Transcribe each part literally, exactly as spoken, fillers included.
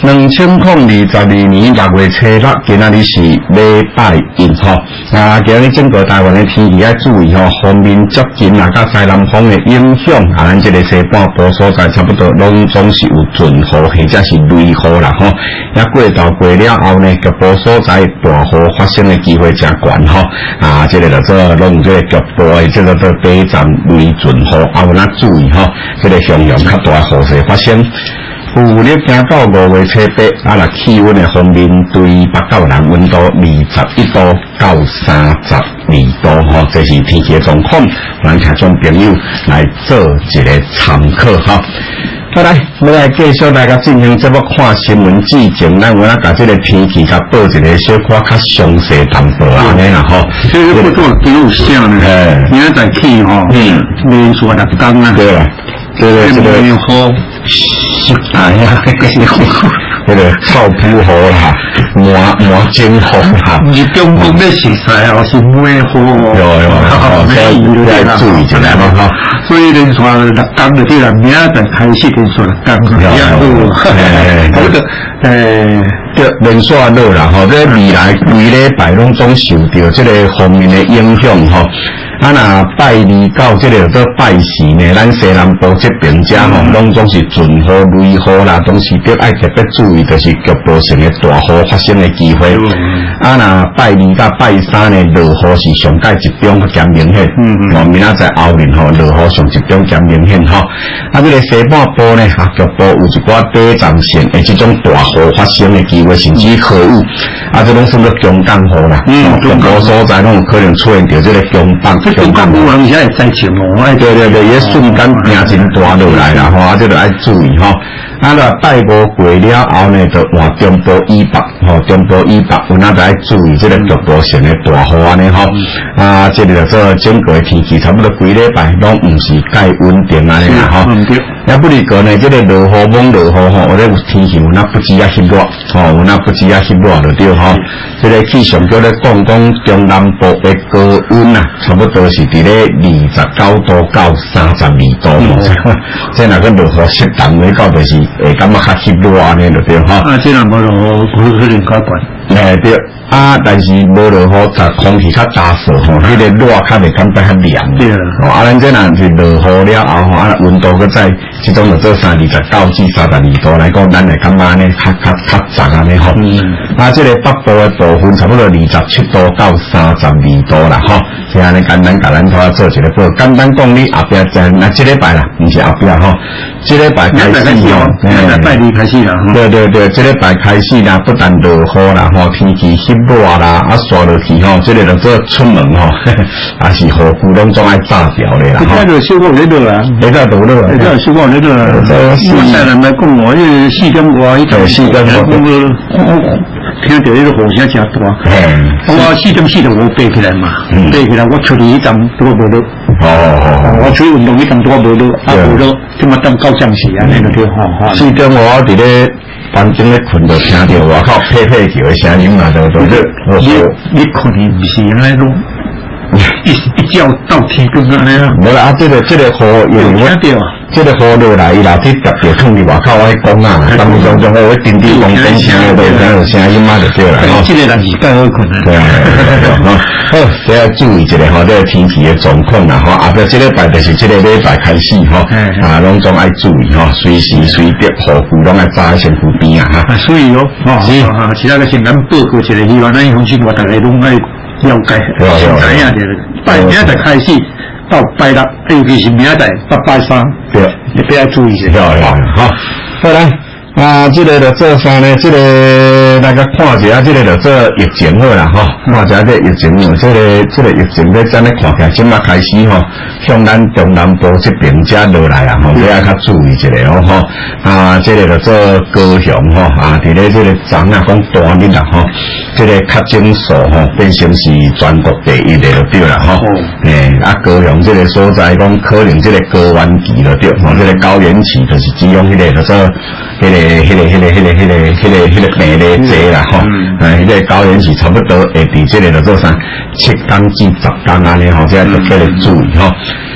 两千零二十二年六月初六，今仔日是礼拜一吼。啊，今日整个台湾的天气要注意吼，锋面接近啊，甲西南风的影响啊，咱这个西半部所在差不多拢总是有阵雨或者是雷雨啦吼。也过到过了后呢，局部所在大雨发生的机会真悬吼。啊，这个就做拢这个局部的这个做短暂雷阵雨，啊，有哪注意吼？这个向阳较大雨势发生。有咧行到五月初八，啊，那气温的方面，对北到南温度二十一度到三十二度吼，这是天气的状况，咱听众朋友来做一个参考哈。好来，我来继续大家进行这个看新闻之前，咱我来把这个天气甲报一个小可较详细淡薄安尼啦吼。 这个报道几有像呢？哎，明仔载起吼，嗯，连续六天啊。对啦， 这个这个好。哎呀， 那个臭皮雨啦，满满金雨啦， 不是中共的食材哦，是梅雨哦。 有有，好，所以要注意一下嘛哈。 所以连续六天就对啦，明仔载开始连续六天，有，好的，诶，对， 连续热啦吼，这未来规礼拜拢总受到这个方面的影响吼。啊，那拜二到这个做拜四呢，咱西南部这边遮吼，拢总是阵雨、雷雨啦，拢是得爱特别注意，就是局部性的大雨发生的机会。啊，那拜二到拜三呢，落雨是上界集中较明显。嗯嗯。哦，明仔载后日吼，落雨上集中较明显吼。啊，这个西半部呢，啊，局部有一寡短暂性的这种大雨发生的机会，甚至可有。啊，这种算作强降雨啦。嗯。局部所在拢有可能出现到这个强降。 中国武人现在在情哦， 对对对，也瞬间变真大落来啦，吼，啊，这个要注意吼。啊，那拜五过了后呢，就换中部以北，吼，中部以北有哪要注意这个局部性的大雨安尼吼。啊，这个就做整个天气差不多几礼拜拢唔是介稳定安尼啦，吼。也不离个呢，这个落雨猛落雨吼，我这有天气有那不止啊翕热，吼，有那不止啊翕热就对吼。这个气象局咧讲讲中南部的高温啊，差不多是伫咧二十九度到三十二度，这那个落雨适当的到就是会感觉较翕热安尼就对吼。 啊，这两无落雨可可能较悬。 哎对，啊，但是无落雨，但空气较干燥吼，迄个热较袂感觉较凉。 对哦，啊，咱这若是落雨了后吼，啊，温度搁在即种就做三二十九至三十二度来讲，咱会感觉呢较较较杂安尼吼。嗯。啊，这个北部的部分差不多二十七度到三十二度啦吼。是安尼简单甲咱拖做一个报，简单讲你后壁在那这礼拜啦，毋是后壁吼，这礼拜开始吼， 哎，拜二开始啦。 对对对，这礼拜开始啦，不但落雨啦吼，天气翕热啦，啊刷落去吼，这个就做出门吼，啊是雨具拢总爱炸掉的啦。 现在就小雨咧落啊， 现在都落啊， 现在小雨咧落啊。我带人来讲我，迄四点外，迄头四点外， 听到迄个雨声真大。我四點四就我爬起來嘛，爬起來我出去迄陣都無落。哦哦我出去運動迄陣都無落，啊無落，今麥當到將時啊，那個叫吼。 四點我佇咧房間咧困就聽到外口啪啪叫的聲音嘛，就就你你困的唔是安尼咯，一一覺到天光安尼啊。 無啦，啊這個這個雨因為我聽到。 这个雨落来，伊老是特别冲伫外口爱讲啊，当中中我叮叮咚咚声的，那有声音嘛就对了。 哦，这个人是介好困啊。 对啊，好，都要注意一下吼，这个天气的状况啦，吼，后壁这礼拜就是这个礼拜开始吼，啊，拢总爱注意吼，随时随地雨具拢爱扎在身躯边啊哈。 所以哦，是啊，其他个先咱报告一下，希望咱相信我大家拢爱了解，先知影着，拜明仔开始。到拜六，尤其是明仔载到拜三，对，你不要注意一下。 好，好，好来。啊，这个就做啥呢？这个大家看一下，这个就做疫情好啦，吼，看一下这疫情，这个这个疫情咧，咱咧看起来，今麦开始吼，向咱中南部这边遮落来啊，吼，你要较注意一下哦，吼。啊，这个就做高雄吼，啊，伫咧这个昨啊讲单日啦，吼，这个确诊数吼变成是全国第一的就对啦，吼。诶，啊，高雄这个所在讲可能这个高原期就对，吼，这个高原期就是只用迄个就做迄个。迄个、迄个、迄个、迄个、迄个、迄个、迄个病例多啦吼，哎，迄个高原期差不多会伫这个就做啥七天至十天安尼吼，这个特别注意吼。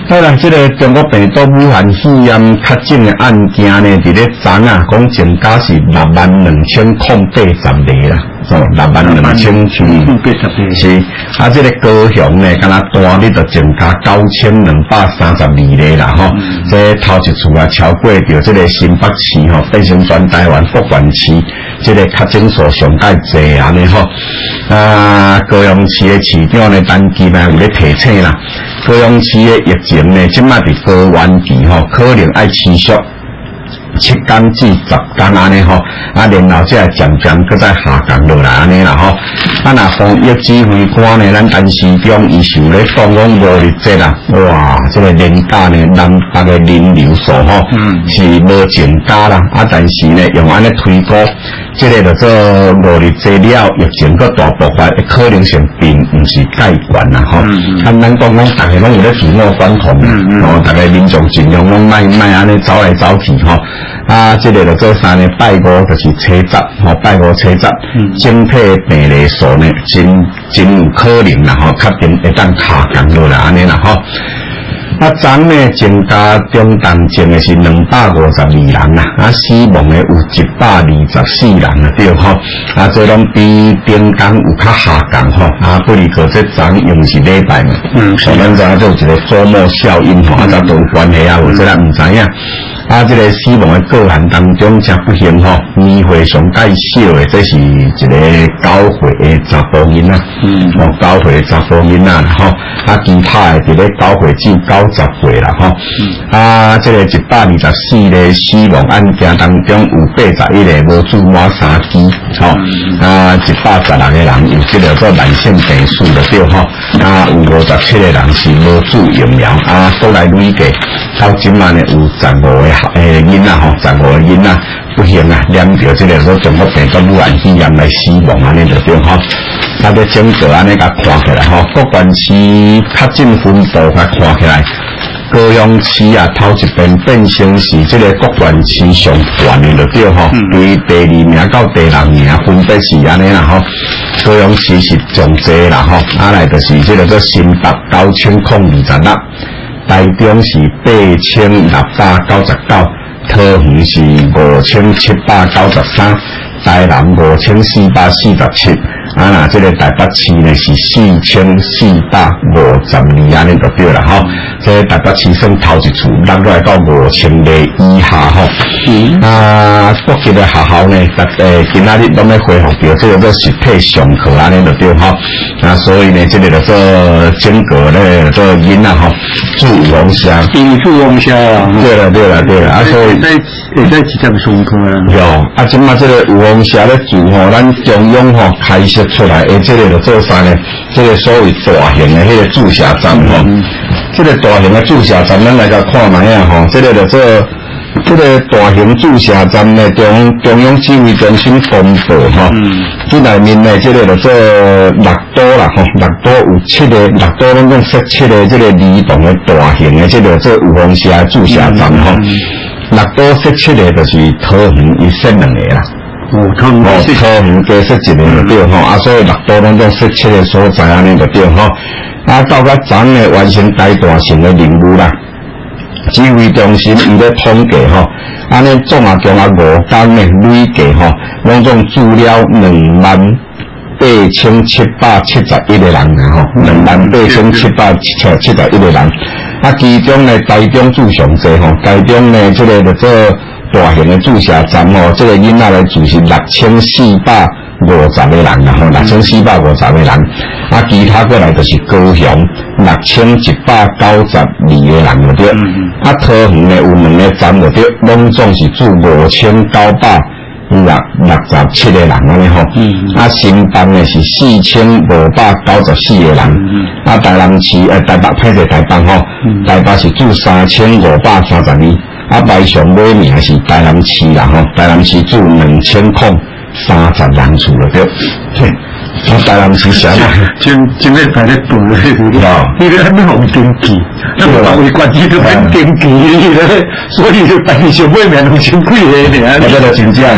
好啦，这个中国病毒武汉肺炎确诊的案件呢，伫咧昨啊，讲增加是六万两千空八十个啦，哦，六万两千空八十个是。啊，这个高雄呢，敢若单日就增加九千两百三十二个啦，吼、嗯。这头一次啊，超过着这个新北市吼，变成全台湾各县市这个确诊数上介济安尼吼。啊，高雄市的市长呢，单期呢有咧提醒啦。高雄市的疫情呢，即卖伫高原期吼，可能爱持续七天至十天安尼吼，啊，然後才漸漸擱再下降落來安尼啦吼。啊，若防疫指揮官呢，咱陳市長伊是有咧講講五日節啦，哇，這個連假呢，咱大概人流數吼，嗯，是無增加啦，啊，但是呢，用安尼推估，這個就做五日節了，疫情個大爆發的可能性並唔是介懸啦吼。嗯，啊，咱講講，大家攏有咧自我管控啦，哦，大家民眾盡量攏莫莫安尼走來走去吼。啊，這個就做三呢，拜五就是初十，吼，拜五初十，嗯、整體病例數呢，真真有可能啦，吼，確定會當下降落來安尼啦，吼。啊，昨呢增加中重症的是兩百五十二人啦，啊，死亡的有一百二十四人啦，對吼。啊，這攏比頂天有較下降吼，啊，不離個這昨因為是禮拜嘛，嗯，所以咱知影做一個週末效應吼，啊，才都有關係啊，或者咱唔知影。啊，這個死亡的個案當中，真不幸吼，年歲上介少的，這是一個九歲的查甫囡仔，嗯，哦，九歲的查甫囡仔吼，啊，其他的佇咧九歲至九十歲啦，吼，嗯，啊，這個一百二十四個死亡案件當中，有八十一個無注滿三劑，吼，啊，一百十六個人有這個做慢性病史的對吼，啊，有五十七個人是無注疫苗，啊，過來累計到今晚呢有十五個。誒，囡仔吼，十五個囡仔不幸啊，染着這個說中國病毒武漢肺炎來死亡安尼就對吼。啊，個整個安尼甲看起來吼，各縣市確診分布甲看起來，高雄市啊頭一遍變成是這個各縣市上懸的就對吼。對、嗯、第二名到第六名分別是安尼啦吼。高雄市是上濟啦吼，啊來就是這個做新北九千空二十六。台中是八千六百九十九，桃園是五千七百九十三，台南五千四百四十七，啊那這個台北市呢是四千四百五十二安尼就對啦吼。這個、台北市算頭一次落來到五千個以下吼。嗯、啊，各級的學校呢，誒今仔日攏咧恢復到這個做實體上課安尼就對吼。啊，所以呢，這個就做整個咧做囡仔吼，注紅蝦，注紅蝦啊。對啦，對啦，對啦。啊，所以在會使直接上課啊。有，啊，即馬這個有紅蝦咧做吼，咱中央吼開設出來，誒，這個就做啥呢？這個所謂大型的迄個注射站吼，嗯、這個大型的注射站，咱來個看賣啊吼，這個就做。這個大型注射站呢，中中央指揮中心公布吼，這內面呢，這個就做六都啦吼，六都有七個，六都攏總設七個這個兒童的大型的這個做有風險注射站吼，六都設七個就是桃園伊設兩個啦，哦，桃園加設一個就對吼，啊，所以六都攏總設七個所在安尼就對吼，啊，到個站呢完成階段性的任務啦。指揮中心伊咧統計吼，安尼總啊共啊五天呢累計吼，攏總治療兩萬八千七百七十一個人啊吼，兩萬八千七百七十七十一個人。啊，其中呢台中注上濟吼，台中呢這個就做大型的注射站吼，這個囡仔來注是六千四百五十個人啊吼，六千四百五十個人。啊，其他過來就是高雄六千一百九十二個人就對，嗯、啊，桃園呢有兩個站就對，攏總是注五千九百六六十七個人安尼吼，嗯、啊，新北呢是四千五百九十四個人，嗯、啊，台南市誒台北歹勢台北吼，嗯、台北是注三千五百三十二，啊，排上尾名是台南市啦吼，台南市注兩千空三十人次就對。我台南市啥嘛？真真係排得半嘅，呢個係咩紅定期？因為話會關注到咩定期嘅，所以就排上尾名兩千幾個嘅。我覺得真正，你啊，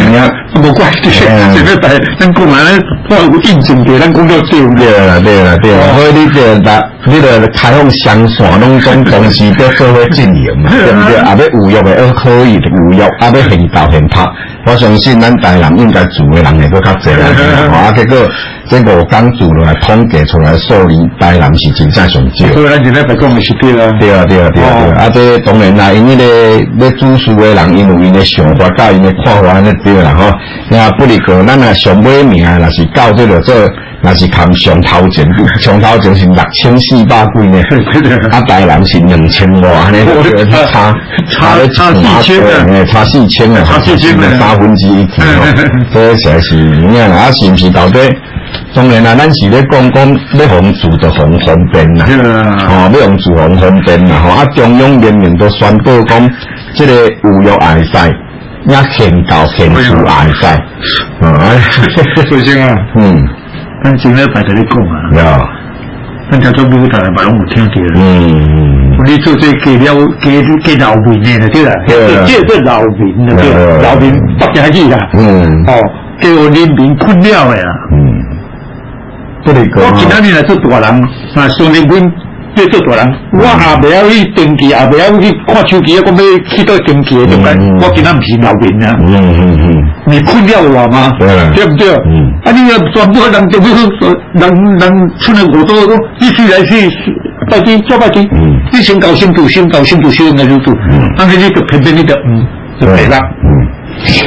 无怪对，前面摆咱讲啊，我有印证的，咱讲到对。 对啦，对啦，对啦，所以你这那，你个开放双线拢总同时在做伙进行嘛，对不对？啊，要有约的要可以有约，啊，要现到现拍，我相信咱台南应该住的人会搁较侪啦，啊，结果这五天住落来统计出来数字，台南是真正上少。 所以咱今日白讲的是对啦。 对啊，对啊，对啊，对啊，啊，这当然啦，因为咧咧主事的人，因为因的想法甲因的看法咧对啦吼。那不离个，咱啊上尾名若是到这个做，若是看上头前，上头前是六千四百几呢，啊台南是两千多安尼，差差差四千啊，差四千啊，差四千啊，三分之一去吼，这实在是你看啊，是毋是到底？当然啦，咱是咧讲讲要互住就互方便啦，哦，要互住互方便啦，吼啊中央明明都宣布讲，这个有约也会使。也现到现住也会使，啊， 首先啊， 嗯， 咱今日摆在咧讲啊，咱叫做舞台嘛，拢有听到。 嗯， 你做这给了给给老民的对啦，这这老民的对，老民不下去啦，嗯，哦，给我人民困了的啦，嗯， 不离个。 我今仔日来做大人，啊，兄弟们。要做大人，我也未晓去登记，也未晓去看手机，我要去到登记的中间，我今仔唔是老民啊。嗯嗯嗯，你困了我吗？对不对？嗯。啊，你要全部人都要人人出来我都一起来去到底做到底。嗯。你先搞先做，先搞先做，先来就做。嗯。但是你就偏偏你就嗯就白啦。嗯。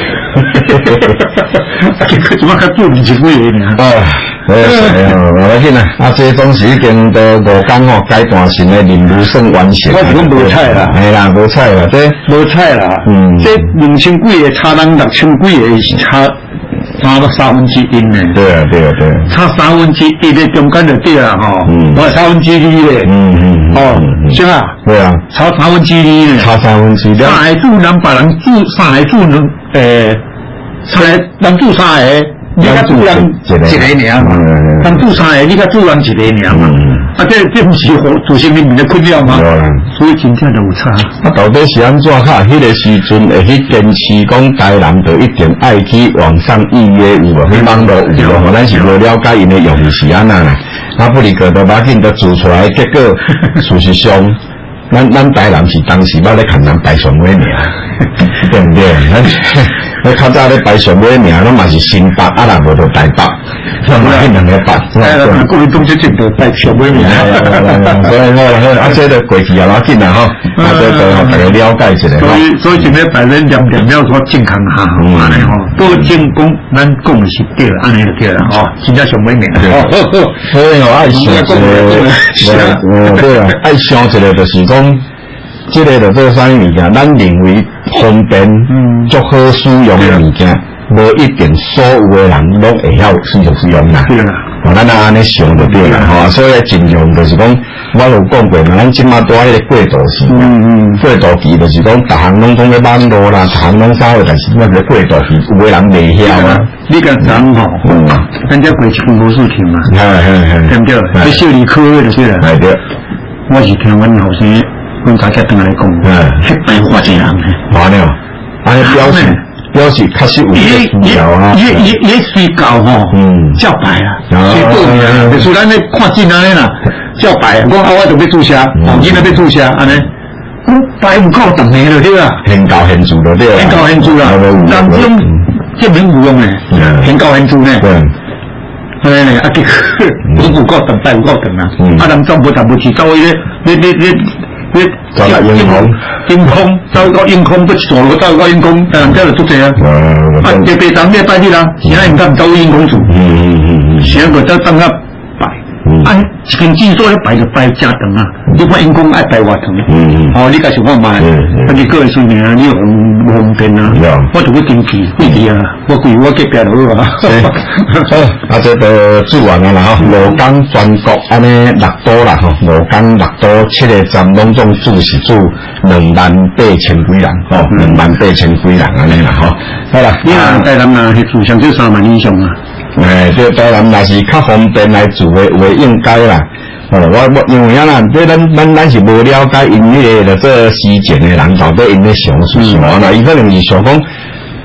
结果怎么还做你这个嘢呢？ 啊。哎呀，无要紧啦，啊，这总是已经都五天哦，阶段性的任务算完成。 我是讲无彩啦， 系啦，无彩啦，这无彩啦，嗯，这两千几个差人六千几个是差差到三分之一呢。 对啊，对啊，对啊， 差三分之一的中间就对啦，吼，嗯，我三分之二嘞，嗯嗯，哦，是啊， 对啊， 差三分之二呢， 差三分之一。 三海住人把人住，三海住人，诶，三海人住三海。你甲主人一个尔嘛，当主三个，你甲主人一个尔嘛，啊，这这不是造成你们的困扰吗？所以真正就有差。 啊，到底是安怎卡？迄个时阵会去坚持讲台南就一定爱去网上预约有无？去网络有无？咱是无了解因的用意是安那啦。啊，不离个都把紧都做出来，结果事实上，咱咱台南是当时捌咧看人排上尾名，对不对？我较早咧排上尾名，拢嘛是新北，啊啦无到台北，咱嘛去两个北。 哎呀，国民党这阵就排上尾名。 所以我啊，这个过去也要紧啦吼，啊，这个大家了解一下。 所以，所以今日排咱念念了说健康下，安尼吼，保证讲咱讲的是对，安尼就对啦，吼，真正上尾名。 所以我爱想一个，呃，对啊，爱想一个就是讲。这个就做啥物件？咱认为方便、足好使用的物件，无一定所有的人拢会晓使用使用啦。 对啦， 哦，咱安尼想就对啦，吼，所以尽量就是讲，我有讲过嘛，咱即马拄迄个过渡时，嗯嗯，过渡期就是讲，逐项拢总咧网络啦，逐项拢啥货，但是那个过渡期，有个人未晓啊。 你甲人吼，咱只过去无事情嘛， 系系系， 对不对？你小儿科就对啦， 系对。 我是听阮后生。阮家家跟来讲，迄白话这人呢， 完了，安尼表示表示确实有个需要啊。 也也也睡觉吼，嗯，叫白啊，睡过年啊，就是咱咧看诊安尼啦，叫白，我啊我就要注射，哦，囡仔要注射安尼，我白唔够长年了对啦， 很高很足了对啦， 很高很足啦，人这种证明有用诶，很高很足呢。对。哎，啊，结果我唔够长，白唔够长啊，啊，人做无淡无起，走迄个，你你你。你走到阴空， 阴空走到阴空，不走路走到阴空，人家就做这样。啊，这北上这摆去啦，现在唔敢走阴空住。嗯嗯嗯嗯。现在在当个摆，啊，一根筋所以摆就摆加长啊。你看阴空爱摆偌长。嗯嗯。哦，你家想看卖？嗯嗯。啊，你个是名啊，你方方便啊。我就去登记，登记啊，我规我隔壁就好啊。 好，啊，这个做完了啦吼，罗岗全国安尼六都啦吼，罗岗六都七个站拢总住是住两万八千几人吼，两万八千几人安尼啦吼。好啦， 你啊台南啊，迄住上就三万以上啊。 哎，这台南若是较方便来住的，有应该啦。哦，我我因为啊啦，这咱咱咱是无了解因迄个做事情的人到底因咧想是啥啦，伊可能是想讲。啊，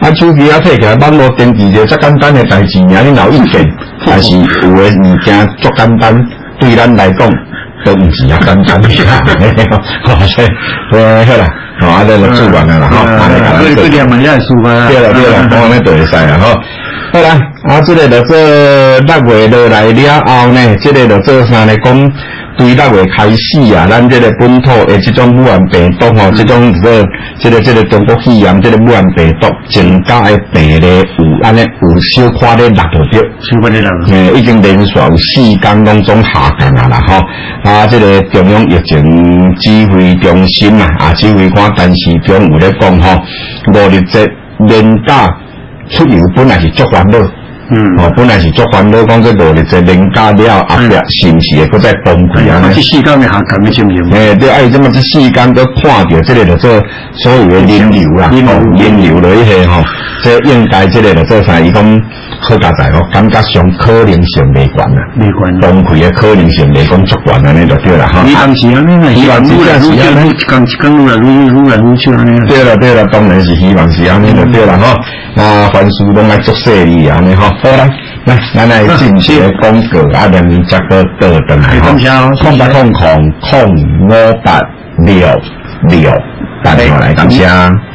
啊手机啊摕起来，网络登记者，遮简单的代志，尔你闹意见，但是有诶物件足简单，对咱来讲都毋是啊简单的啦，好所以呃好啦，好啊，咱就做完了啦，吼，啊，来甲咱做。对了对了，讲安尼就会使啦，吼。好啦，啊，这个就做六月落来了后呢，这个就做啥呢？讲对六月开始啊，咱这个本土的这种武汉病毒吼，这种这这个这个中国肺炎这个武汉病毒增加的病例有安尼有小可咧落到着， 小可咧落， 诶，已经连续有四天拢总下降啊啦，吼。啊，这个中央疫情指挥中心啊，啊，指挥官陈时中有咧讲吼，五日节连假出游本来是足烦恼，嗯，哦，本来是足烦恼，讲这五日节连假了后壁是毋是会搁再崩溃啊？ 这四天的下降的情形， 诶，对，哎，这么这四天都看到这个就做所有的人流啦，哦，人流了一些吼，这应该这个就做啥？伊讲好加载哦，感觉上可能性未悬啦， 未悬， 崩溃的可能性未讲足悬安尼就对啦，哈。 伊当时安尼， 希望是安尼， 一天一天愈来愈愈来愈少安尼。 对了对了，当然是希望是安尼就对啦，哈。啊，凡事拢爱做细腻安尼，哈。好啦，来，咱来进行广告，啊，人民这个倒转来，哈。空八空空空五八六六，打电话来感谢。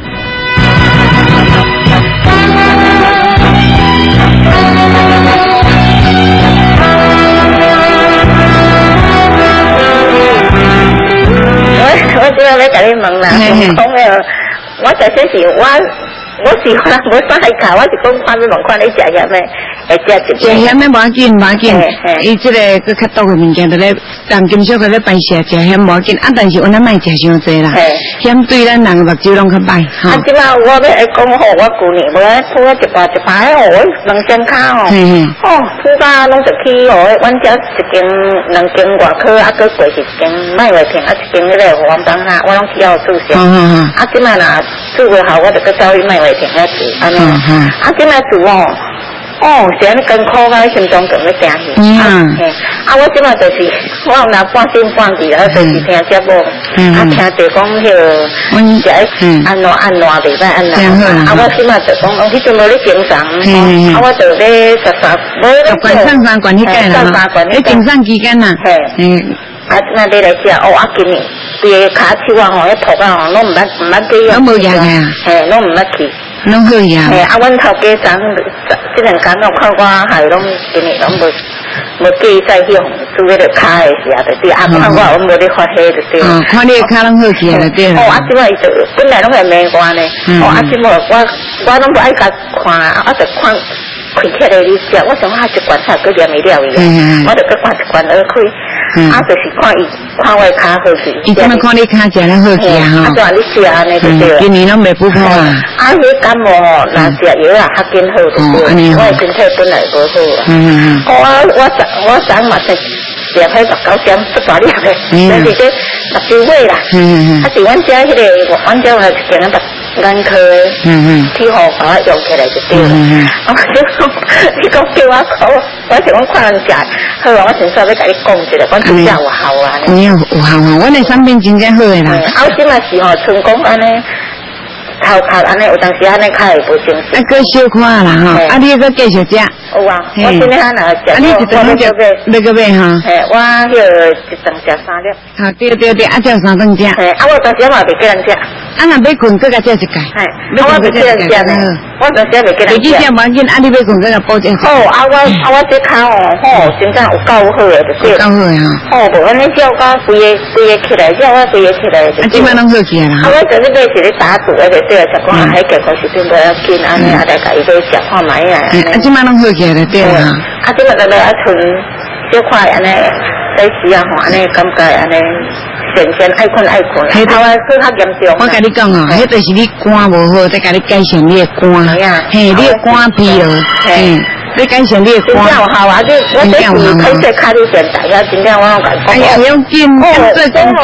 我我只要来甲你问啦，讲诶，我在说是我我是可能无啥爱卡，我是讲看你问看你食咸诶，会食一食咸诶无要紧，无要紧，伊即个佮较毒诶物件，就咧当金属佮咧排泄，食咸无要紧，啊，但是阮咱莫食伤济啦，咸对咱人目睭拢较歹。 啊，即摆我要来讲吼，我旧年无咧铺一排一排哦，两千卡哦，哦，铺甲拢就去哦，阮遮一间两间外科，啊，佮过是一间卖话片，啊，一间迄个黄帮啦，我拢去要注销。啊，即摆若做袂好，我就佮走去卖话片遐做，安尼。啊，即摆做哦。哦，是安尼艰苦甲心脏更要惊去。嗯。嘿，啊，我即马就是我有若半醒半记啦，就是听节目，啊，听着讲迄个，阮是爱安怎安怎袂歹安怎。啊，我即马就讲，哦，迄阵无咧经常，啊，我就咧十三，无咧做。 管上三管迄届啦，咧经常期间呐。嘿。嗯。 啊，那你来食，哦，啊，今年规个骹手啊，吼，迄涂啊，吼，拢毋捌毋捌去用。 拢无牙个啊。 嘿，拢毋捌去。 拢好呀！ 嘿，啊，阮头家长即两工拢看我害拢今年拢无无记再去做迄个骹诶时啊，就对。啊，看我我无咧发黑就对。 哦，看你诶骹拢好起来就对了。 哦，啊，即摆伊就本来拢会骂我呢。哦，啊，即摆我我拢无爱甲看，啊，就看开起来你食，我想我一罐才佫念会了伊啊，我就佫罐一罐而开。啊，就是看伊看我骹好去。 伊怎么看你骹食咧好去啊？吼。 啊，就你食安尼就对了。 今年拢袂不好啊。 啊，迄感冒吼，若食药啊，较紧好就对。我诶身体本来无好啊。嗯嗯。我我昨我昨嘛是食迄十九点足大粒诶，但是这六周尾啦。嗯嗯。啊，是阮遮迄个，阮遮有一间啊，眼科诶。嗯嗯。去互把我用起来就对了。嗯嗯。我讲你讲叫我考，我想讲看人食，好啊，我先说要甲你讲一下，我真正有效啊。 有有效啊，阮诶产品真正好诶啦。 啊，我即嘛是吼，成功安尼。头壳安尼有当时安尼较会无精神。啊， 搁小看啦吼，啊，你搁继续食。 有啊，我今日若食。 啊，你一顿食要个买哈？ 嘿，我迄个一顿食三粒。 好，对对对，啊，照三顿食。 嘿，啊，我当时嘛袂叫人食。 啊，若要困，搁甲食一盖。 嘿，啊，我袂叫人食呢。我当时袂叫人食。 袂记食无要紧，啊，你要困，搁甲补一下。 哦，啊，我啊，我这骹哦，吼，真正有够好诶，就对。 够好诶哈。 哦，无安尼照甲规个规个起来，照我规个起来。 啊，即摆拢好起来啦。 啊，我就是买一个打赌诶，就对，就讲啊，迄个可是变不要紧，安尼啊，来甲伊买食看买啊。 啊，即摆拢好起来就对啦。 啊，即摆就来啊，剩小块安尼，在时啊吼，安尼感觉安尼。先先爱困爱困，迄头啊更较严重。 我甲你讲哦，迄就是你肝无好，再甲你改善你诶肝。嘿，你诶肝疲劳，嘿，你改善你诶肝。真正有效啊！你我这是开始卡你现在，呀，真正我拢甲讲。哎呀，用劲，做功德，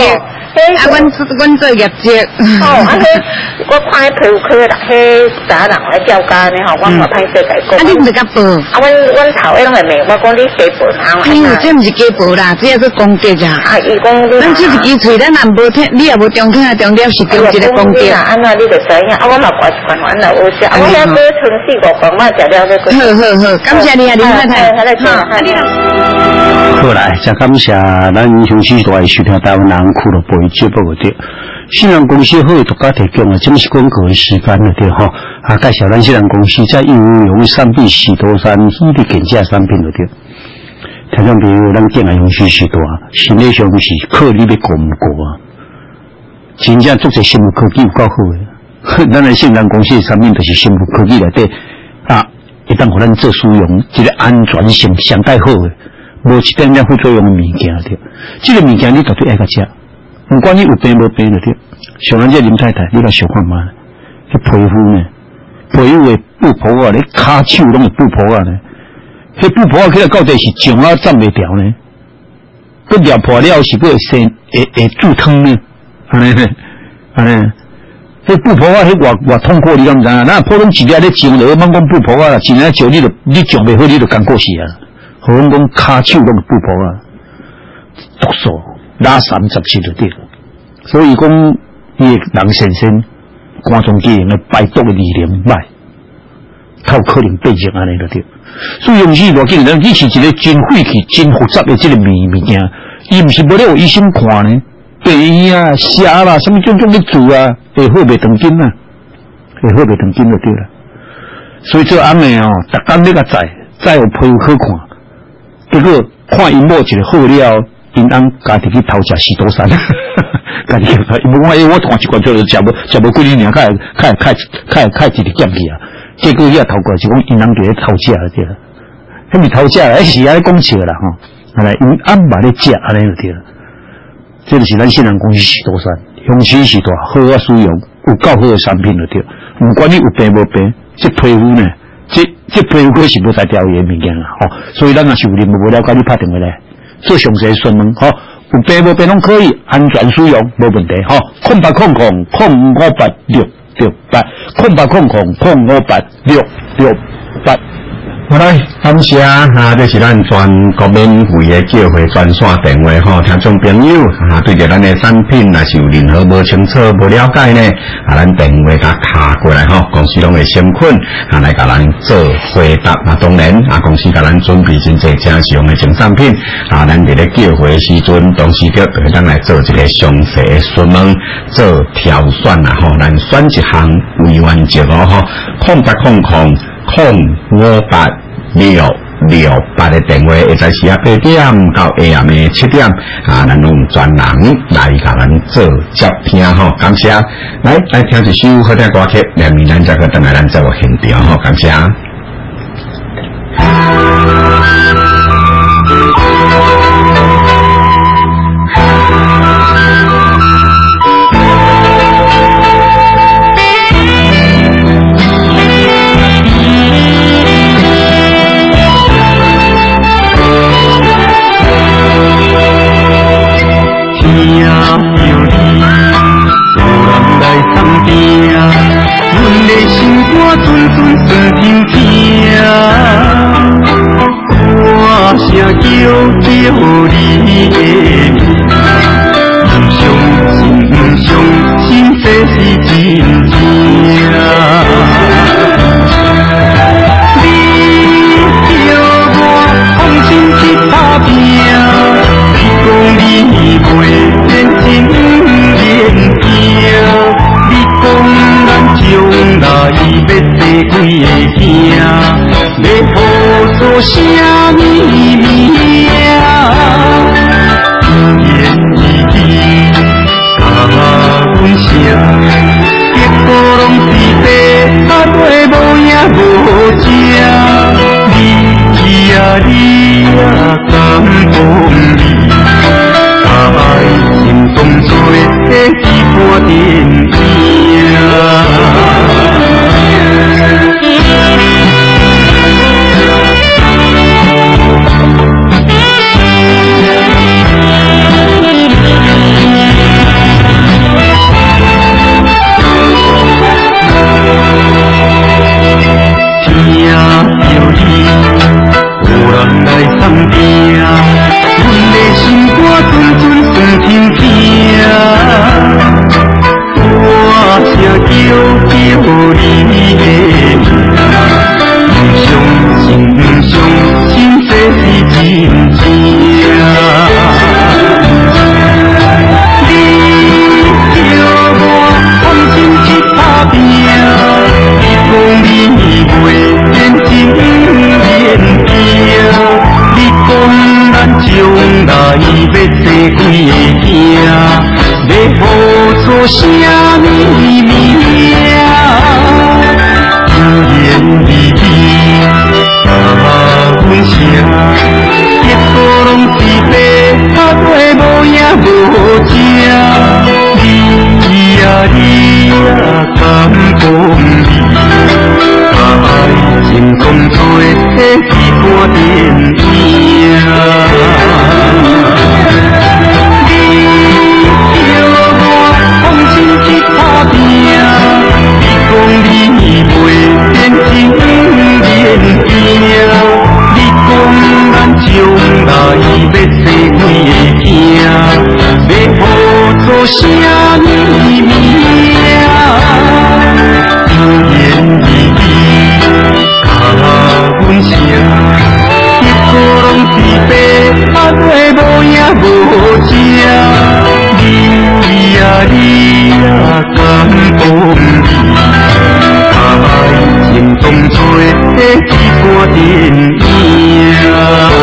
啊，阮阮做业绩。 哦，啊，我看迄皮肤科啦，迄啥人来照家呢？吼，我无歹势甲伊讲。啊， 你毋是甲报？ 啊，阮阮头迄拢会问，我讲你假报哪？ 因为这毋是假报啦，这个功德啊。 啊，伊讲你。 咱只一支喙，咱若无听，你也无中听啊，中了是中一个功德。 啊，安那你就知影，啊，我嘛挂一罐，我那有食，我遐过剩四五罐，我食了再过。 好好好，感谢你啊，林太太。 好来，再感谢咱雄狮大收听台湾人俱乐部节目的新人公司好独家提供的，这是广告的时间了对哈。啊，介绍咱新人公司在应用产品许多山伊的减价产品了对。听众朋友，咱店内雄狮时代，心理上是靠你要过唔过啊？真正做些生物科技有够好的，咱的新人公司的产品就是生物科技内底啊，一旦互咱做使用，一个安全性相当好的。无一点点副作用的物件对，这个物件你绝对爱甲食，不管你有病无病就对。像咱这林太太，你来想看嘛？迄皮肤呢，皮肤的布婆啊，你骹手拢是布婆啊呢，迄布婆啊起来到底是上啊站袂掉呢？佮撩破了是佮会生会会注汤呢？安尼呢？安尼，迄布婆啊，迄偌偌痛苦你敢知影？咱普通一粒咧上落，莫讲布婆啊，一粒上你就你上袂好，你就艰苦死啊！好讲讲骹手拢是布婆啊，毒素拉三十七就对了。所以讲，伊个人先生肝脏机用排毒的力量歹，透可能变成安尼就对。所以用是偌紧，你是一个真晦气、真复杂的这个物物件，伊毋是无咧有医生看呢，病院啊、虾啦、什么种种的做啊，会好袂长筋啊，会好袂长筋就对了。所以做阿妹哦，逐工你甲载，载有皮肤好看。结果看因某一个好了，因翁家己去偷食西多山，家己因为我我看一罐就食无食无几年，较较较较较一直减去啊。结果遐偷过是讲因翁伫咧偷食了对啦，迄咪偷食啦，是安尼讲笑啦吼。啊来因翁嘛咧食安尼就对啦。这就是咱新人公司西多山，雄狮时代好啊使用，有够好的产品就对。不管你有病无病，这皮肤呢？这这皮肤科是无在调研物件啦，吼，所以咱若是有任无了解，你拍电话来做详细询问，吼，有病无病拢可以，安全使用无问题，吼，空八空空空五八六六八，空八空空空五八六六八。 好来，感谢啊！这是咱全国免费的叫回专线电话吼，听众朋友啊，对着咱的产品，若是有任何无清楚、无了解呢，啊，咱电话甲卡过来吼，公司拢会先困啊来甲咱做回答。啊，当然啊，公司甲咱准备真侪正实用的新产品啊，咱伫咧叫回的时阵，同时着会咱来做一个详细的询问，做挑选啊吼，咱选一项为原则哦吼，空八空空。空五八六六八的电话，会在时啊八点到下暗的七点啊，咱用专人来甲咱做接听吼，感谢。来来听一首好听歌曲，下面咱再去等下咱做现场吼，感谢。 心上心这是真正。你叫我放心去打拼，你讲你袂变真变定，你讲咱将来要做几个囝，要付出啥物物命？甜言蜜语把阮声，结果拢是白拍过无影无正。你呀你呀敢讲你，爱情当作戏看电影。你叫我放心去打拼，你讲你袂变真变定，你讲咱将来要做几个囝，要付出啥物物命？甜言蜜语甲阮声，结果拢是白拍过无影无正。你呀你呀敢讲你，爱情当作戏看电影。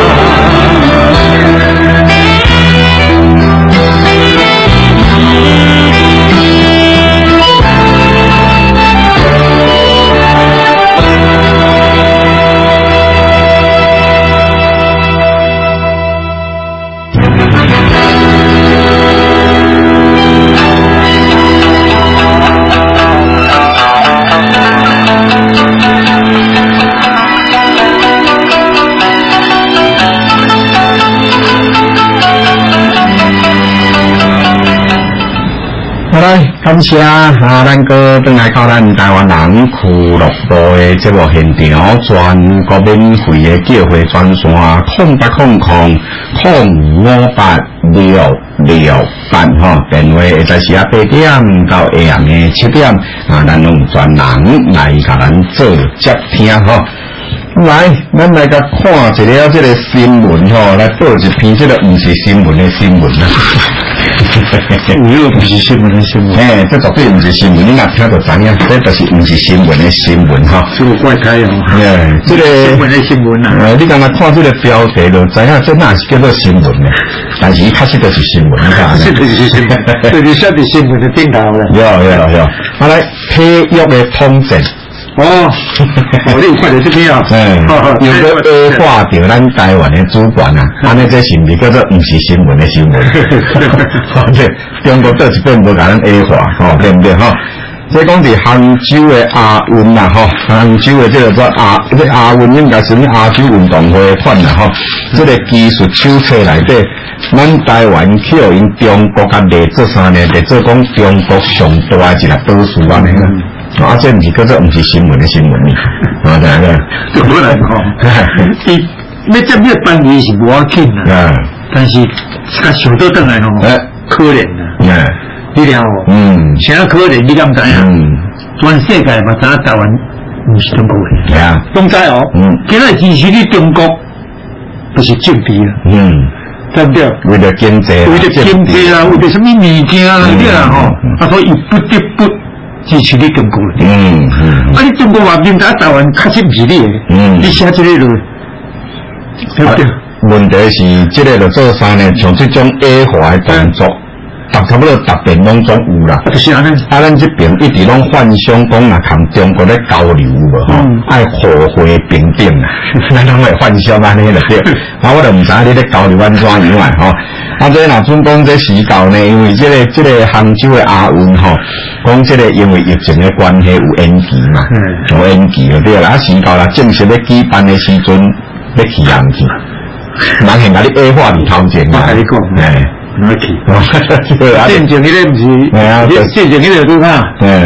感谢啊，咱哥转来到咱台湾人俱乐部的节目现场，全国免费的叫会专线空八空空空五八六六八吼，电话会在时啊八點到下暗的七點啊，咱用專人來甲咱做接聽吼。来，咱来甲看一个这个新闻吼，来报一篇这个不是新闻的新闻啦。 有个不是新闻的新闻， 哎，这绝对不是新闻，你若听就知影，这就是不是新闻的新闻哈。 这个怪胎哦。 哎，这个新闻的新闻啊。 呃，你刚才看这个标题就知影，这哪是叫做新闻呢？但是伊确实就是新闻，你看。 这就是新闻，这就晓得新闻的顶头了。 有有有，好来，体育的统战。 哦，我有看到这篇啊， 嗯，有个恶化掉咱台湾的主管啊，安尼这是不是叫做不是新闻的新闻？对，中国倒一本无甲咱恶化，吼，对不对？吼，这讲是杭州的亚运啦，吼，杭州的这个做亚，这亚运应该是亚洲运动会款啦，吼，这个技术手册内底，咱台湾去互因中国甲列做三年，列做讲中国上大一个倒数安尼啦。啊，这不是叫做不是新闻的新闻呢，啊，对不对？ 这不能讲，伊要接这班机是无要紧啊，但是甲上到转来吼，可怜啊，你了哦，嗯，啥可怜你敢知影？嗯，全世界嘛，知影台湾不是中国的， 对啊， 拢知哦，嗯，今日支持你中国，不是政治啊，嗯，对不对？ 为了经济， 为了经济啊，为了什么物件啊，对啦吼，啊，所以不得不。支持你中国的，嗯嗯，啊！你中国话面打台湾确实不是你的，嗯，你写这个落，对不对？ 问题是，这个就做啥呢？像这种恶化的动作，差不多逐边拢总有啦。 就是安尼， 啊，咱这边一直拢幻想讲啊，同中国咧交流无吼，爱和会平等啊，咱拢会幻想安尼就对。啊，我就唔知你咧交流安怎样啊，吼。啊，这若准讲这时交呢，因为这个这个杭州的亚运吼，讲这个因为疫情的关系有延期嘛，有延期就对啦。啊，时交啦，正式咧举办的时阵，要去延期，人现甲你恶化伫头前嘛。我甲你讲，哎，唔要去。 对啊， 正正迄个唔是， 哎啊， 正正迄个都看。 嗯，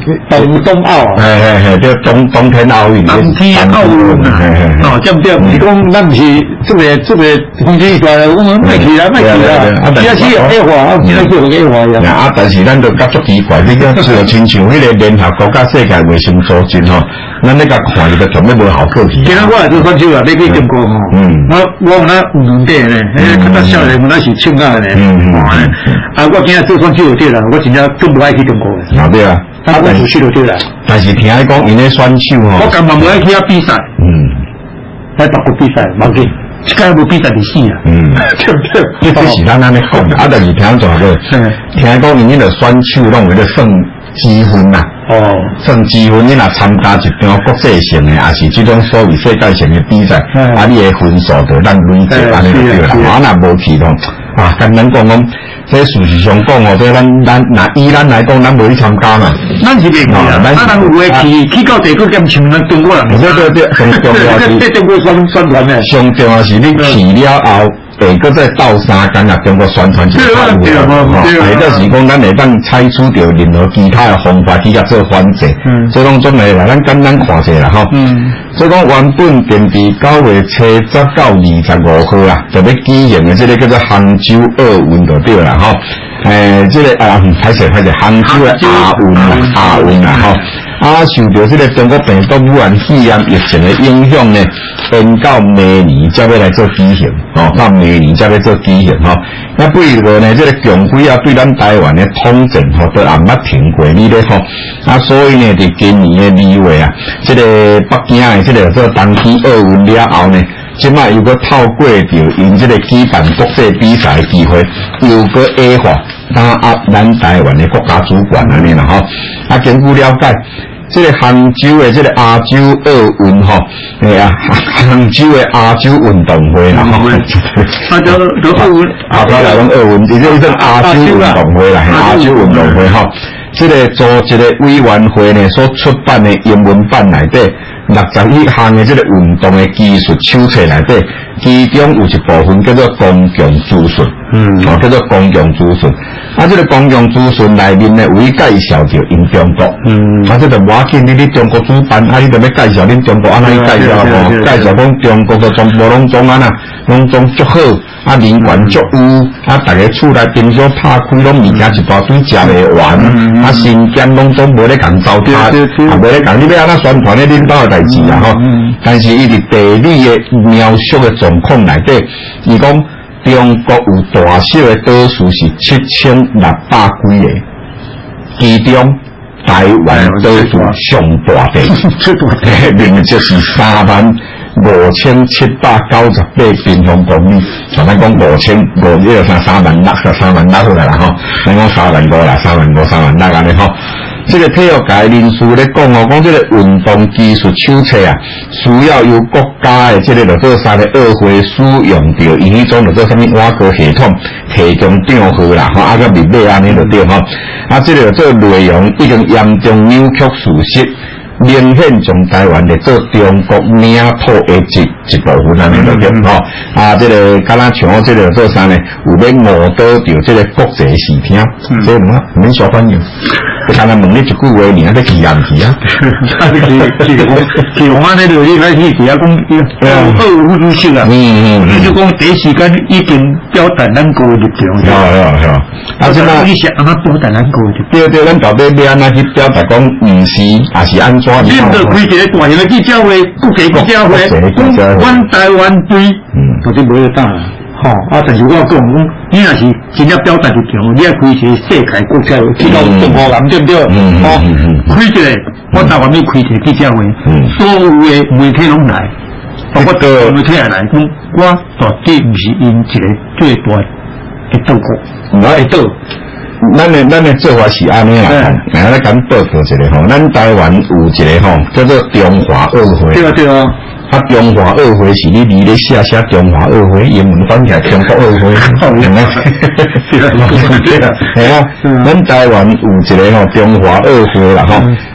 冬冬奥啊， 嘿嘿嘿，叫冬冬天奥运， 冬天奥运啊，哦，对不对？你讲咱不是这个这个风景出来，我们卖去啦，卖去啦，只要去有计划，只要去有计划呀。 啊，但是咱都觉足奇怪，你讲做亲像迄个联合国家世界卫生组织吼，咱那个看伊个全部无好过去。 今仔我来做选手啦，你去中国吼，嗯，我我有那有两点咧，迄较早少年我那是唱歌咧，嗯嗯，啊，我今仔做选手就对啦，我真正更不爱去中国嘅。 啊对啊， 啊，我出去就对啦。 但是听伊讲，因咧选手吼， 我根本无爱去遐比赛，嗯，来德国比赛，冇去。这个无比赛就死啊！嗯，对不对？ 这是咱安尼讲，啊，但是听做个，听讲因迄个选手拢为了算积分呐。哦，算积分，你若参加一场国际性的，也是这种所谓世界性的比赛，啊，你的分数就咱累积安尼就对啦。啊，若无去咯，啊，跟咱讲讲，这事实上讲哦，这咱咱若以咱来讲，咱无去参加嘛。 咱是袂去啊，咱人有诶去去到地个兼像咱中国人。 对对对，上重要是。 这中国宣宣传诶。 上重要是你去了后。下个再倒三间啊，中国宣传就太有了，吼！或者是讲咱会当采取着任何其他的方法去甲做反制，嗯，所以讲总来啦，咱简单看者啦，吼，嗯，所以讲原本定伫九月七十到二十五号啊，就要举行的这个叫做杭州奥运就对啦，吼，诶，这个啊，歹势歹势，杭州的亚运啦，亚运啦，吼。啊，受到这个中国病毒武汉肺炎疫情的影响呢，延到明年才要来做举行，哦，到明年才要做举行，吼、哦。那不如呢，这个强规啊，对咱台湾的统战，吼、哦，都也捌停过你咧，吼、哦。啊，所以呢，伫今年的二月啊，这个北京的这个做冬天奥运了后呢，即摆又搁透过着因这个举办国际比赛的机会，又搁下滑打压咱台湾的国家主权安尼啦，吼。啊，根据了解。这个杭州的这个亚洲奥运吼，哎啊，杭州的亚洲运动会啦吼， 啊，都都奥运， 啊，来讲奥运，伊这叫亚洲运动会啦，亚洲运动会吼，这个组织的委员会呢所出版的英文版内底，六十一项的这个运动的技术手册内底，其中有一部分叫做公共资讯，嗯，哦，叫做公共资讯。啊，这个公共资讯内面呢，有伊介绍着因中国，嗯，啊，这个我见你哋中国主办，啊，你就要介绍恁中国安尼介绍吼，介绍讲中国个中国拢总安那，拢总足好，啊，人权足有，啊，大家厝内冰箱拍开拢物件一大堆食袂完，啊，新鲜拢总无咧共糟蹋，啊，无咧共你要安那宣传咧领导的代志啊吼，但是伊伫地理的描述的状况内底，伊讲。中国有大小的岛数是七千六百几个，其中台湾岛数上大地，面积是三万五千七百九十八平方公里。咱讲五千五，呢个三三万六，三万六出来啦吼。咱讲三万五啦，三万五，三万六安尼吼。这个体育界人士咧讲哦，讲这个运动技术手册啊，需要由国家的这个就做啥咧二会使用着，伊迄种就做啥物挖掘系统提供账号啦，吼，啊个密码安尼就对吼。啊，这个做内容已经严重扭曲事实，明显从台湾嚟做中国领土的一一部分安尼就对吼。啊，这个敢若像这个做啥呢？有要误导着这个国际视听，这个乜免小反应。刚才问你一句话，你还在气人气啊？ 气气气我安尼就一开始只要讲二五之性啊，嗯嗯，你就讲第一时间已经表达咱个立场， 是啊是啊， 啊即嘛你是安怎表达咱个立场？ 对对，咱到底要安怎去表达讲毋是，也是安怎？ 你着开一个大型的记者会，国际记者会，讲阮台湾队，嗯，到底无得打。吼、哦，啊！但是我讲讲，你若是真正表达立场，你要开一个世界国际去到中国人，对不对？嗯哦，嗯嗯开一个，我台湾要开一个记者会，嗯，所有的媒体拢来，包括大媒体也来，讲我到底毋是因一个最大的岛国， 我会岛。咱的咱的做法是安尼啦，来咱讲报告一个吼，咱台湾有一个吼叫做中华奥会。 对啊对啊。 啊，中华奥会是你你咧写写中华奥会，英文翻起来中国奥会，係咪？係啊，咱台灣有一個吼中華奧會啦吼，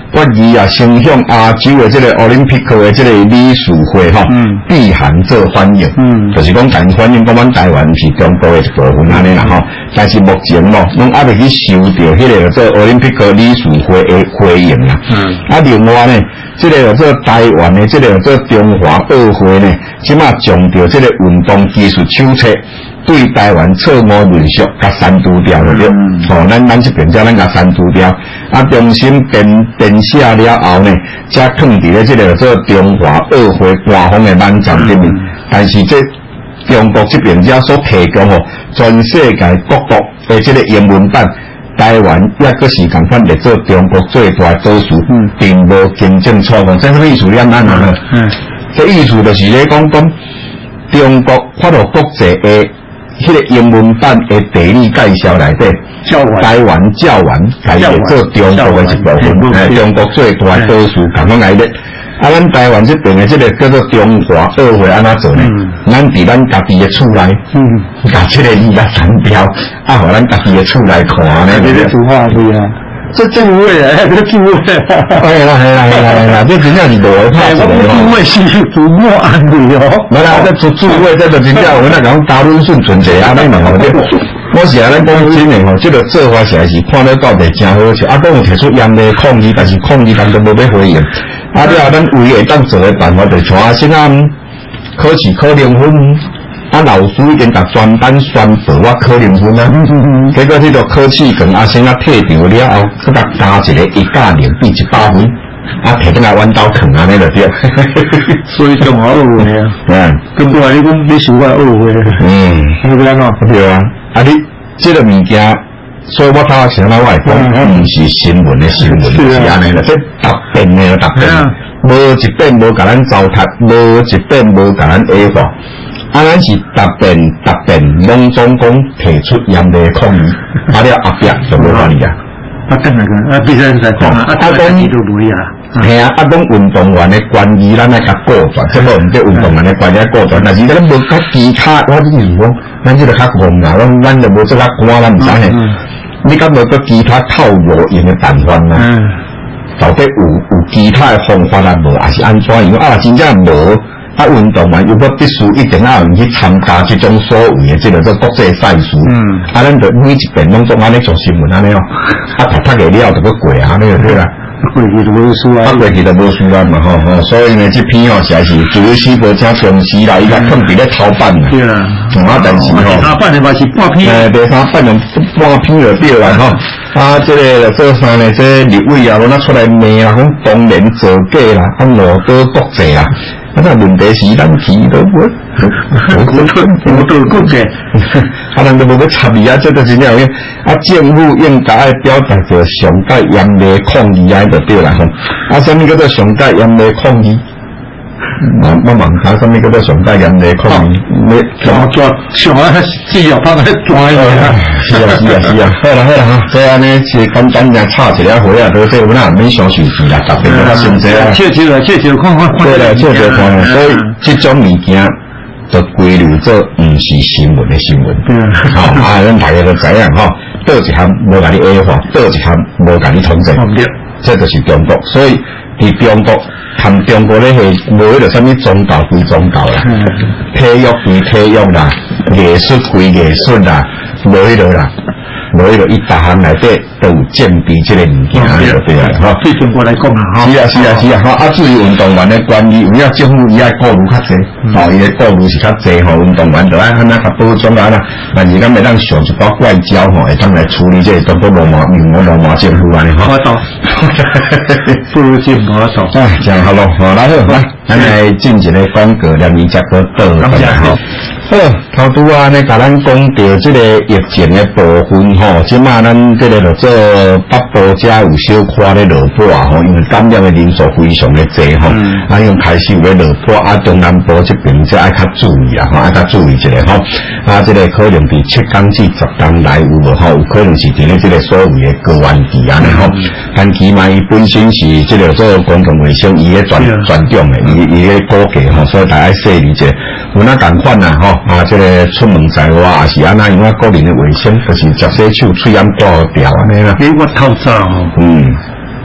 决议啊，声向亞洲的這個奧林匹克的這個理事會吼，避韓做反應，嗯，就是講但反應講阮台灣是中國的一部分安尼啦吼，但是目前咯，攏還未去收到迄個做奧林匹克理事會的回應啦，嗯，啊，另外呢，這個做台灣的這個做中華奧會呢，即馬強調這個運動技術手冊。對台灣錯誤論述，甲刪除掉了對，吼、嗯，咱咱這邊才咱甲刪除掉，啊，重新編編寫了後呢，才放佇咧這個做中華奧會官方的網站裡面，嗯、但是這中國這邊才所提供吼，全世界各國的這個英文版，台灣也個是共款嚟做中國最大多數，嗯、並無競爭錯誤，這什麼意思呢？咱咱啊，嗯，這意思就是咧講講中國發到國際的。迄個英文版的地理介紹內底，台灣教完，係做中國的一部分，係中國最大多數咁樣來的。啊，咱台灣這邊的這個叫做中華奧會安怎做呢？咱佇咱家己的厝內，把這個字啊刪掉，啊，互咱家己的厝內看呢。 你咧做話對啊？這正位啊，這正位。 係啦係啦係啦係啦，這真正是無拍出來哦。 正位是父母安慰哦。 唔啦，這做正位，這就真正我那講大論順存者安尼嘛吼。我是安尼講真誒吼，這個做法實在是看了到底真好笑。啊，當有提出嚴厲抗議，但是抗議人都無要回應。啊，了咱唯一當做誒辦法，就像先啊考試考零分。啊，老師已經甲全班宣布我考零分啊，結果迄個考試跟阿先啊退掉了後，佢甲加一個一加零變一百分，啊，摕轉來彎刀啃安尼就對。 所以中華奧會啊，嗯，咁多你講你是我奧會，嗯，係咪啊？ 對啊，啊你這個物件，所以我頭先來我係講，唔是新聞的新聞，是安尼啦，即特別嘅特別，無一遍無甲咱糟蹋，無一遍無甲咱矮化。啊，咱是特別特別攏總共提出嚴厲抗議，啊了後壁就無法理啊。 啊，當然個，啊，必須係講啊，啊，當然都無理啊。 係啊，啊，講運動員嘅關於咱來甲過轉，即係唔即運動員嘅關於過轉，但是咱無甲其他，我啲是講，咱即個較戇啊，咱咱就無即個官，咱唔知嘅。你敢無個其他套路用嘅辦法啊？到底有有其他嘅方法啊？無，還是安怎樣？啊，真正無。啊，運動員如果必須一定要去參加這種所謂的這個做國際賽事，嗯，啊，咱就每一遍攏做安尼做新聞安尼哦，啊，讀讀個了就要過啊，安尼就對啦， 過去就無輸啊， 啊，過去就無輸啊嘛，吼吼，所以呢，這篇哦，實在是主死無正重視啦，伊個放佇咧頭版啦，對啦，啊，但是吼，第三版的嘛是半篇，誒， 第三版就半篇就對啦，吼，啊，這個做啥呢？這立委啊，攏拿出來罵啦，講當年造假啦，啊，挪到國際啦。啊！那問題是咱提都無，無無無到國嘅，啊！人都無要插伊啊！這個真正啊！政府應該愛表達着上界嚴厲抗議啊，就對啦吼！啊，什麼叫做上界嚴厲抗議？我我問下，什麼叫做上界嚴厲抗議？你怎麼做？上啊，只要幫佢抓伊啊！ 是啊，是啊，是啊！好啦，好啦哈！所以安尼是簡單嘅插一個會啊，都對我們免傷手指啦，特別個先濟啊！ 切切啦，切切看看， 對啦，切切看看，所以這種物件就歸類做唔是新聞的新聞。嗯，好啊，咱大家都知影吼，倒一項無甲你矮化，倒一項無甲你統制，這就是中國。所以喺中國。談中國咧係無迄個啥物宗教歸宗教啦，嗯、體育歸體育啦，藝術歸藝術啦，無迄個啦，無迄個伊大項內底都有鑑別即個物件就對啦，吼。 對中國來講啊， 是啊是啊是啊，吼啊至於運動員嘅關於，有影政府伊愛顧慮較濟，吼伊嘅顧慮是較濟吼，運動員就愛安那較保障啊啦，但是咱咪當上一包外交吼，會當來處理即個中國羅馬民國羅馬政府安尼吼。 我懂，不如進我懂。 哎，這樣好咯，好來好來，咱來進一個廣告，兩年才可倒回來吼。好，頭拄啊，呢甲咱講到即個疫情嘅部分吼，即馬咱即個就做北部遮有小可咧落坡啊吼，因為感染嘅人數非常嘅濟吼，啊，因開始有咧落坡啊，中南部這邊即愛較注意啊，吼，愛較注意一下吼，啊，即個可能佇七天至十天內有無吼，有可能是佇咧即個所謂嘅高原地安尼吼，但起碼伊本身是即個做公共衛生伊咧專專長嘅，伊伊咧估計吼，所以大家細理解，有哪共款啊吼。啊，這個出門在外也是安那，因為個人的衛生，就是食洗手、喙掩掛條安尼啦。 你我透早吼， 嗯，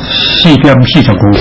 四点四十五。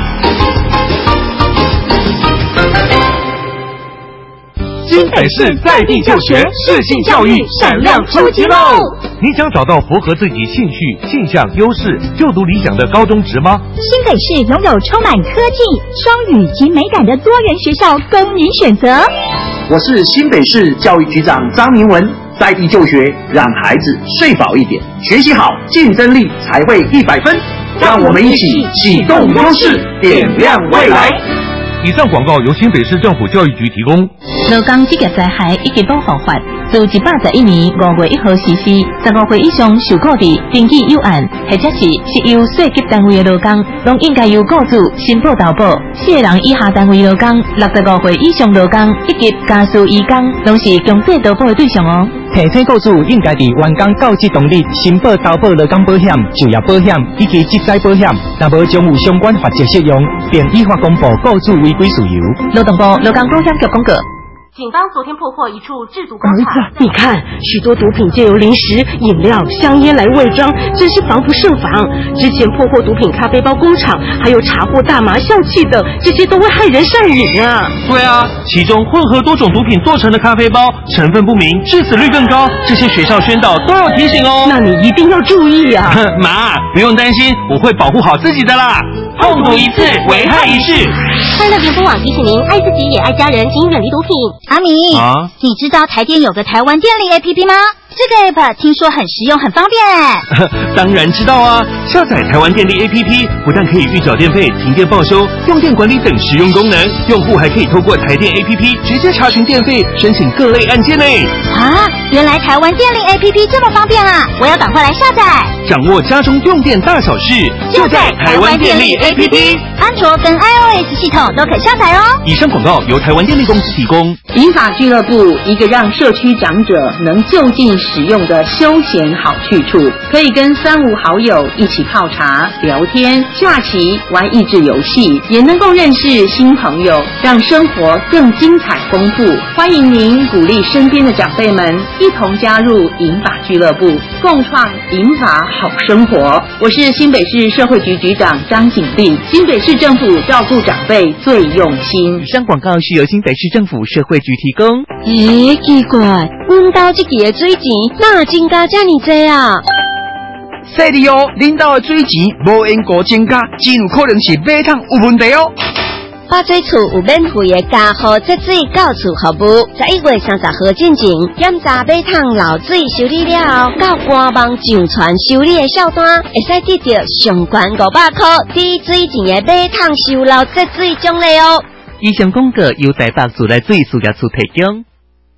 新北市在地就学，适性教育闪亮出击喽！你想找到符合自己兴趣、性向、优势、就读理想的高中职吗？ 新北市拥有充满科技、双语及美感的多元学校供您选择。 我是新北市教育局长张明文，在地就学，让孩子睡饱一点，学习好，竞争力才会一百分。让我们一起启动优势，点亮未来。 以上广告由新北市政府教育局提供。 劳工职业灾害以及保护法自一百十一年五月一号实施，十五岁以上受雇的登记有案，或者是适用涉及单位的劳工，拢应该由雇主申报投保。四个人以下单位劳工、六十五岁以上劳工以及家属移工，拢是强制投保的对象哦。 提醒雇主应该伫员工到职当日申报投保劳工保险、就业保险以及职灾保险，若无将有相关法则适用，并依法公布雇主违规事由。 劳动部劳工保险局公告。 警方昨天破获一处制毒工厂。 儿子，你看，许多毒品借由零食、饮料、香烟来伪装，真是防不胜防。之前破获毒品咖啡包工厂，还有查获大麻、笑气等，这些都会害人上瘾啊。 对啊，其中混合多种毒品做成的咖啡包，成分不明，致死率更高。这些学校宣导都有提醒哦。 那你一定要注意啊。 妈，不用担心，我会保护好自己的啦。共读一次，危害一世。 欢乐联播网提醒您：爱自己也爱家人，请远离毒品。 阿米， 啊， 你知道台电有个台湾电力 A P P 吗？这个 App 听说很实用，很方便。 当然知道啊！下载台湾电力 A P P， 不但可以预缴电费、停电报修、用电管理等实用功能，用户还可以透过台电 A P P 直接查询电费、申请各类案件呢。 啊，原来台湾电力 A P P 这么方便啊！我要赶快来下载。 掌握家中用电大小事，就在台湾电力 A P P， 安卓跟 iOS 系统都可下载哦。 以上广告由台湾电力公司提供。 银法俱乐部，一个让社区长者能就近使用的休闲好去处，可以跟三五好友一起泡茶、聊天、下棋、玩益智游戏，也能够认识新朋友，让生活更精彩丰富。欢迎您鼓励身边的长辈们一同加入银法俱乐部，共创银法好生活。我是新北市社会局局长张景丽，新北市政府照顾长辈最用心。 以上广告是由新北市政府社会局提供。 诶，奇怪，阮兜这期的水钱哪增加这么多啊？ 说的哦，恁兜的水钱无因果增加，真有可能是马桶有问题哦。 花水厝有免费的家户节水到厝服务，十一月三十号进前，检查马桶漏水修理了后，到官网上传修理的小单，会使得到上悬五百块低水钱的马桶收漏节水奖励哦。 以上广告由台北自来水事业处提供。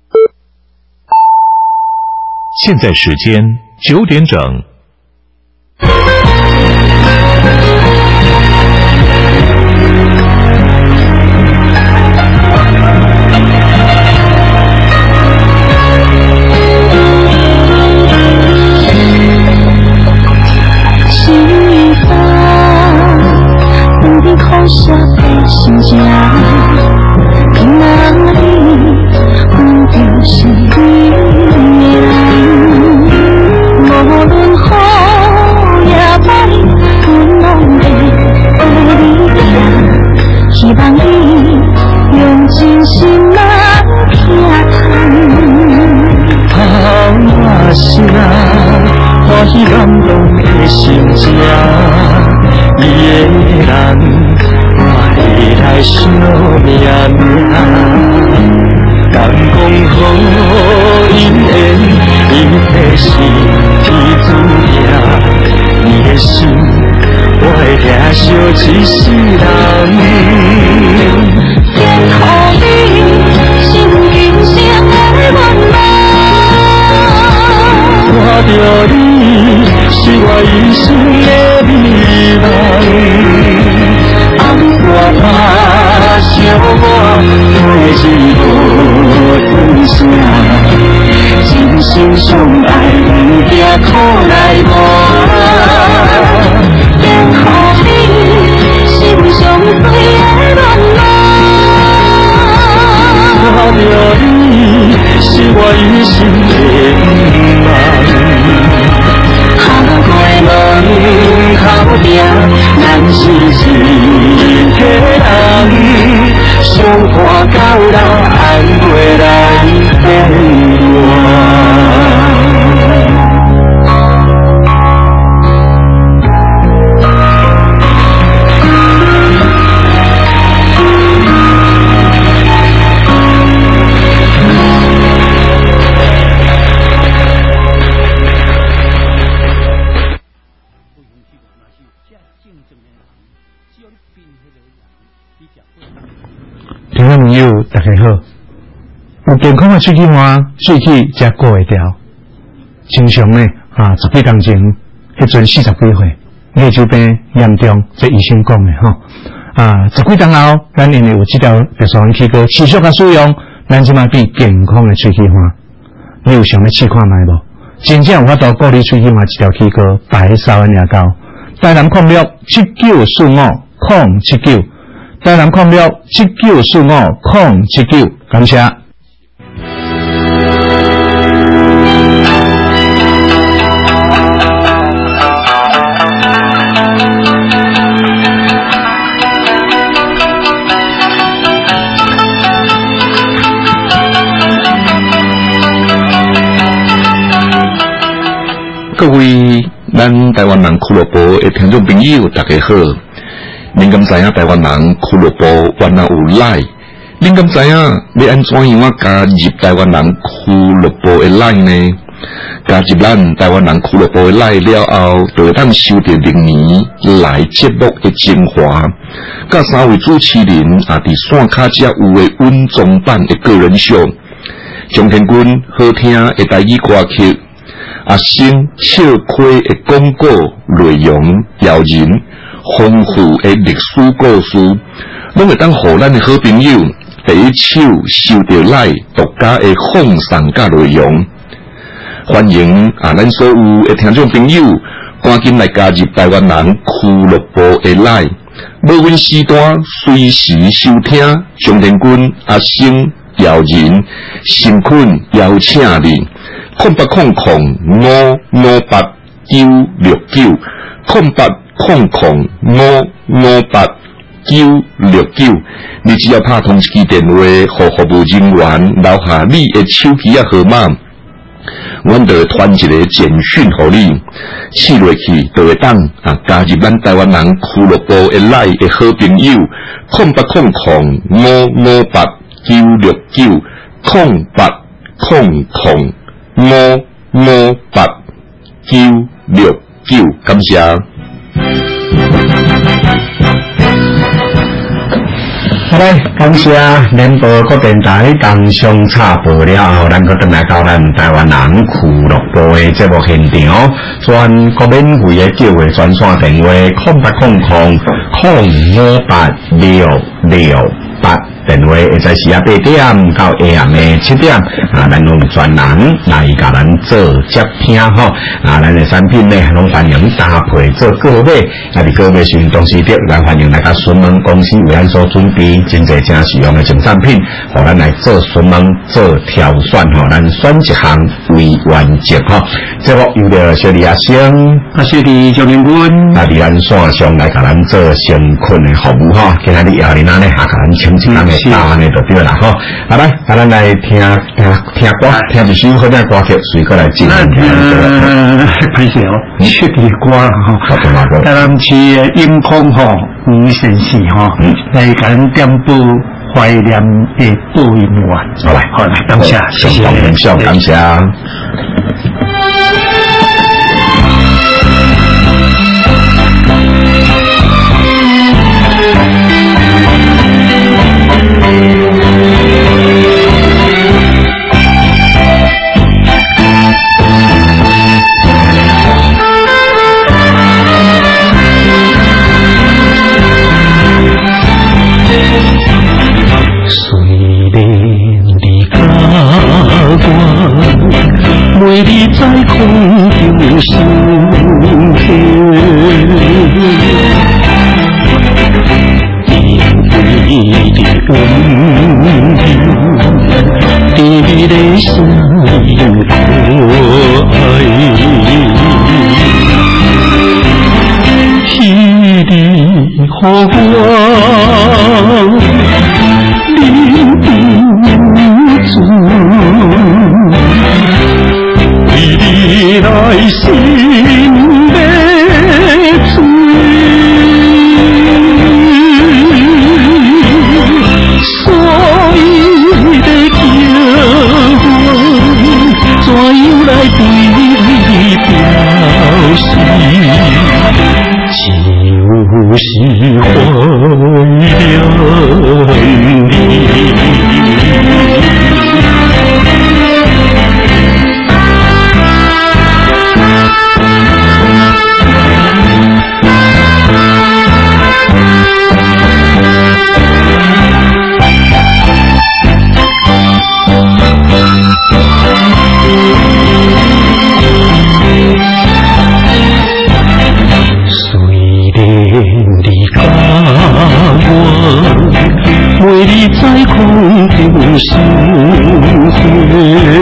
现在时间九点整。 心一发，不必空下的心家，平哪里阮就是对面。无论好也歹，阮拢会为你行。希望你用真心来听。好我是啊。欢喜感动的心情，伊的人，我会来想命命。敢讲好因缘，伊的是天注定，伊的心我会疼惜一世人。愿予你心今生的圆满。看着你是我一生的美梦，红花拍烧我花枝无分声，真心相爱不惊苦来磨，愿予你心上最的暖梦。看着你是我一生的梦。下过门口埕， 咱是一体人，相伴到老，爱袂来变乱。 听众朋友，大家好。有健康的喙齿花，喙齿才顾会掉。正常呢，啊，十几工前，迄阵四十几岁，牙周病严重，这医生讲的吼。啊，十几工后，咱因为有这条特殊齿膏持续甲使用，咱即马变健康的喙齿花。你有想要试看卖无？真正有法度鼓励喙齿花一条齿膏白扫的牙膏。台南控六七九四五空七九。台南控六七九四五空七九，感谢。 各位咱台湾人俱乐部的听众朋友，大家好。恁敢知影台湾人俱乐部原来有赖？恁敢知影要安怎样啊加入台湾人俱乐部的赖呢？加入咱台湾人俱乐部的赖了后，就会当收到历年来节目的精华，甲三位主持人啊伫线卡只有的稳中版的个人秀，张天军好听的台语歌曲，阿星笑亏的广告内容谣言。丰富的历史故事，拢会当互咱的好朋友第一手收到来独家的放送甲内容。欢迎啊，咱所有的听众朋友，赶紧来加入台湾人俱乐部的来，无阮时段随时收听张天军、阿星、姚人、新坤邀请你，空八空空五五八九六九空八。空空五五八九六九，你只要拍通一支电话，和服务人员留下你的手机啊号码，阮就会传一个简讯给你，试落去就会当啊加入咱台湾人俱乐部的来的好朋友，空八空空五五八九六九空八空空五五八九六九，感谢。好嘞，感谢联播各电台工商插播了后，咱个等来到咱台湾人俱乐部的节目现场，全国免费的叫的专线电话：空八空空空五八六六八。电话会在时啊八點到下暗的七點啊，咱用專人來甲咱做接聽吼啊，咱的產品呢，攏歡迎搭配做購買，啊，伫購買時陣同時着來歡迎大家詢問公司為咱所準備真濟正實用的精產品，互咱來做詢問做挑選吼，咱選一項為完結吼。節目有着小李阿星，啊，小李張明軍，啊，伫咱線上來甲咱做先困的服務吼，今仔日後日咱咧下甲咱請一人。答案就对啦，吼！好来，咱来听听听歌，听一首好听歌曲，随过来进行听呃，歹势哦，确定歌啦，吼！台南市的音控吼吴先生吼，来甲咱点播怀念的播音员。 好来， 好来，感谢，谢谢， 感谢，感谢。 每日在空中升起，因为的恩情，滴的心可爱，彼乎我忍不住，为你来心要醉，所以在叫我怎样来对你表示？就是坏了你。为你在空中相会，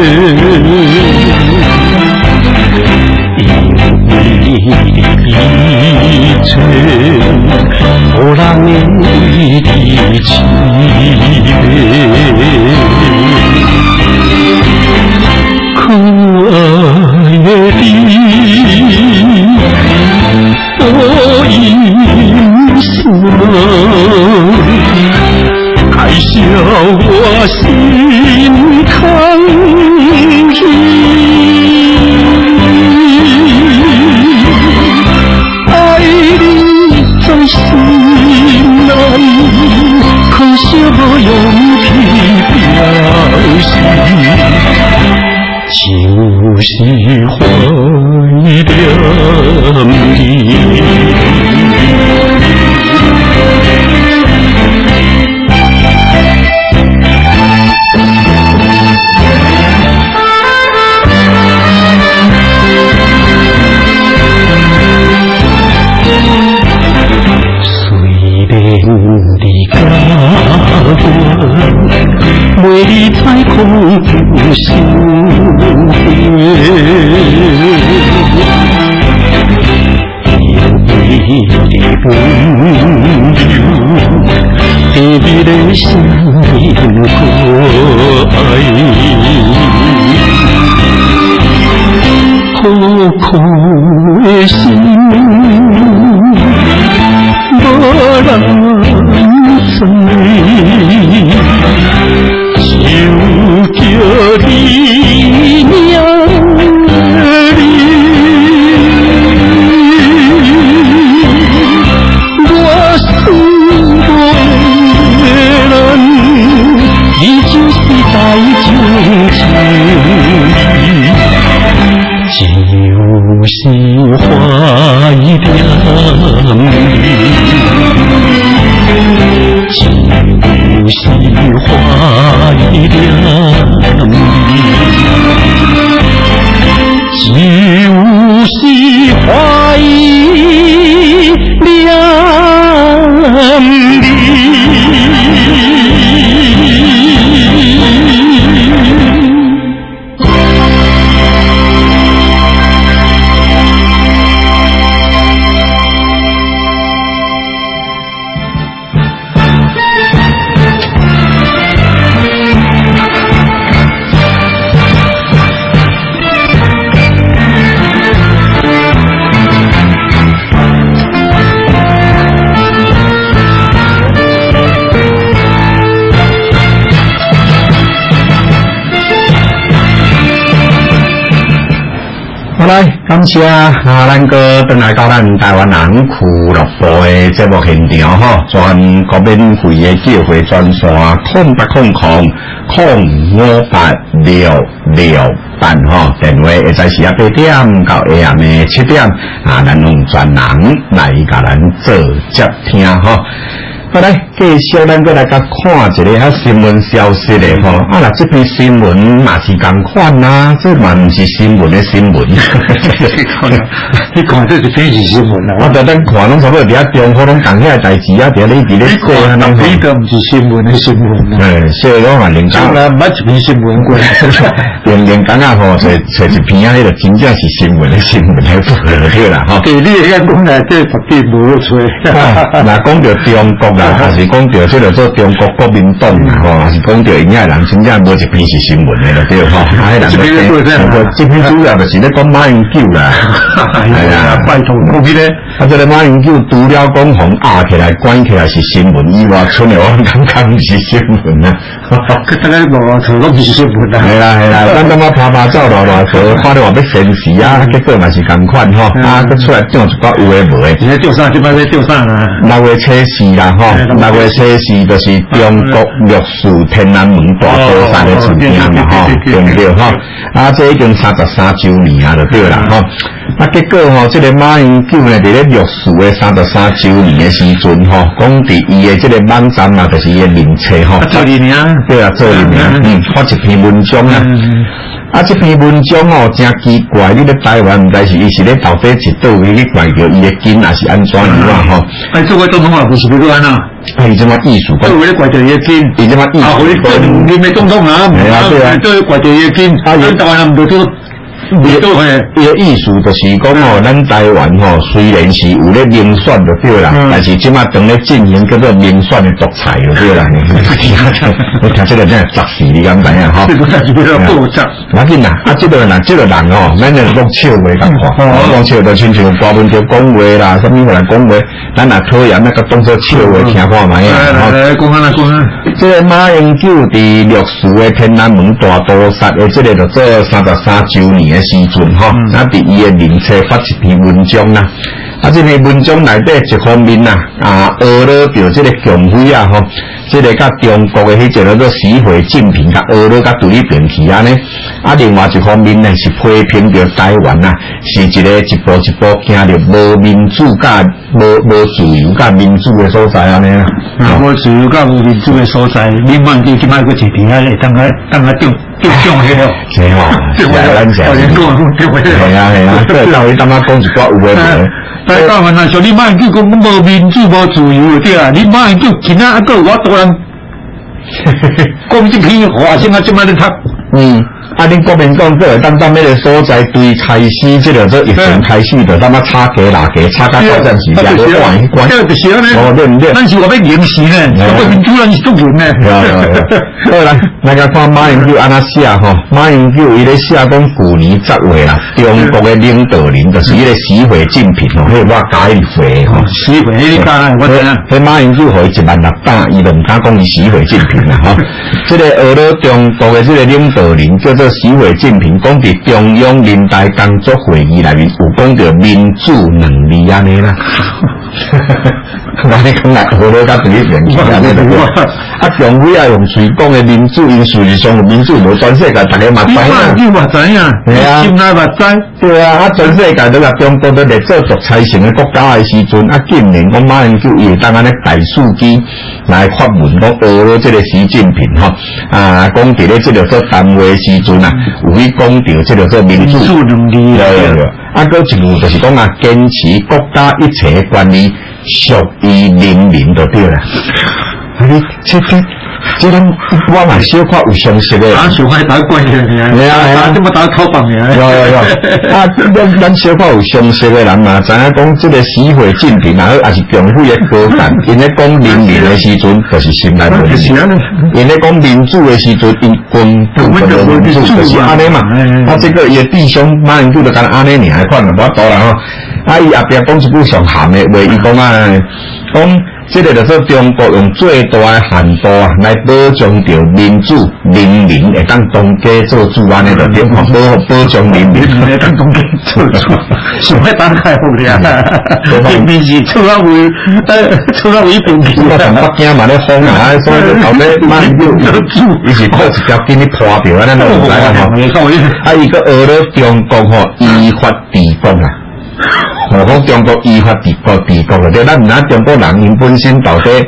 因为一切无人的凄美，可爱的你，多因什么？爱笑我心抗拒，爱你在心内，可惜无勇气表示，就是坏了你。为你在空中相会，因为的温柔，特别的想念过爱，可苦的心无人知。就叫你娘儿我心内人，你就是在中情，就是坏了你，就是坏了你，就是坏了你。 好来，感谢啊，咱哥回来到咱台湾人俱乐部的节目现场吼，全国免费的机会专线空八空空空五八六六八吼，电话会在时啊八點到下暗的七點啊，咱用專人來甲咱做接聽吼。 好来，继续咱过来甲看一个啊新闻消息咧吼。啊，那这篇新闻嘛是共款啦，这嘛毋是新闻的新闻。 你看这是电视新闻啦。 我等等看，拢差不多伫遐中国拢讲起来代志啊，伫咧伫咧说啊， 那呢个毋是新闻的新闻啦。 诶，所以讲啊，连讲啦，捌一篇新闻过。 连连讲啊吼，找找一篇啊，迄个真正是新闻的新闻来符合对啦吼。 对，你个讲来这绝对无落吹。 那讲到中国啦，还是讲到这个做中国国民党啦吼，还是讲到因遐人真正无一篇是新闻的了对吼。啊，迄人这篇主要就是咧讲马英九啦。 哎呀，拜托，讲起咧， 啊，这个马英九除了讲红压起来、关起来是新闻以外，剩的我刚刚不是新闻啊。 佢大概落落头都不是新闻啊。 系啦系啦，咱感觉拍拍照落落头，看到话要宣誓啊，结果嘛是共款吼，啊，佢出来讲一寡有诶无诶。 现在钓啥？即摆在钓啥啦？ 六月初四啦吼，六月初四就是中国玉树天然门大刀山的事件嘛吼，对唔对吼？啊，这已经三十三周年啊，就对啦吼。啊，结果吼，这个马英九呢，伫咧玉树的三十三周年的时阵吼，讲伫伊的这个网站嘛，就是伊的名册吼。 做哩名， 对啊，做哩名，嗯，发一篇文章啊。啊，这篇文章哦，真奇怪，你咧台湾唔知是伊是咧到底一倒位去怪着伊的根，还是安怎样啊？吼， 哎，做个总统啊，不是要安啊？ 哎，伊这么艺术， 做为咧怪着伊的根， 伊这么艺术， 啊，我你你没总统啊？ 系啊，对啊， 做怪着伊的根，啊，咱台湾人唔得做。 伊个伊个意思就是讲哦，咱台湾吼虽然是有咧民选就对啦，但是即马正咧进行叫做民选的独裁就对啦。我听这个真系杂事，你敢知影吼？ 这个是比较复杂。 我紧啦，啊，这个人，这个人哦，咱就讲笑话咁看，讲笑就亲像歌文条讲话啦，什么个人讲话，咱若讨厌那个当做笑话听看卖啊。 来来，讲啊讲啊。 这个马英九伫绿树的天安门大屠杀的这个就做三十三周年。时阵吼，啊，伫伊诶名册发一篇文章啦，啊，这篇文章内底一方面呐，啊，讹了着这个共匪啊吼，这个甲中国诶迄个叫做习会竞平甲讹了甲对立平去安尼，啊，另外一方面呢是批评着台湾呐，是一个一步一步行着无民主甲无无自由甲民主诶所在安尼啦， 啊，无自由甲无民主诶所在，你莫记即摆个一边啊，会当个当个中中奖迄个， 是吼，是啊，咱讲。系啊系啊，所以到底感觉讲一寡有诶无？ 但系台湾啊，像你马英九讲无民主无自由对啊，你马英九今仔一个我多人讲这批话，现在即摆咧读， 嗯。啊！恁国民党这当当那个所在对开始，这个这疫情开始的，他妈插给哪给插到到阵时间，我关一关。 这个就是呢， 哦对对， 但是我要凝视呢，国民主人是做文呢。 好来，大家看马英九安那写吼，马英九伊咧写讲旧年十月啦，中国的领导人就是伊个习会竞平吼，迄我加伊回吼， 习会迄个加我知影。 迄马英九互伊一万六百，伊就唔敢讲伊习会竞平啦吼。这个俄罗中国的这个领导人叫做习会竞平，讲伫中央人大工作会议内面有讲到民主两字安尼啦。我你讲来俄罗甲对立平去安尼就啊，中国啊用嘴讲的民主，因事实上民主无全世界大家嘛知影。 你嘛知影， 系啊， 心内嘛知。 对啊，啊全世界都甲中国都来做独裁型的国家的时阵，啊竟然讲马英九伊会当安尼大数据来发文讲俄罗这个习近平吼啊，讲伫咧这个做单位时阵啊，有去讲到这个做民主两字。 对对。啊，搁一句就是讲啊，坚持国家一切管理属于人民就对啦。啊，你这这这咱我嘛小可有相识的。 啊，小可打关系的。 系啊系啊， 这么打靠绑的。 有有有。啊，咱咱小可有相识的人嘛，知影讲这个习会竞平啊，还是共匪的高干，因咧讲人民的时阵，就是心内无人民；因咧讲民主的时阵，因根本就无民主，就是安尼嘛。啊，这个伊的弟兄马英九就干安尼尔款啦，无多啦吼。啊，伊后壁讲一句上含的话，伊讲啊，讲。这个就是中国用最大的限度啊，来保障着民主人民会当当家做主安尼就对，保保障人民会当当家做主，想要打开好了，明明是出啊位，呃，出啊位平去。 我从北京嘛咧封啊，所以后尾马英九伊是靠一条筋咧拖掉啊，咱都唔知啦吼。啊，伊个学了中国吼依法治国啦。我讲中国依法治国治国了，对，咱唔拿中国人因本身到底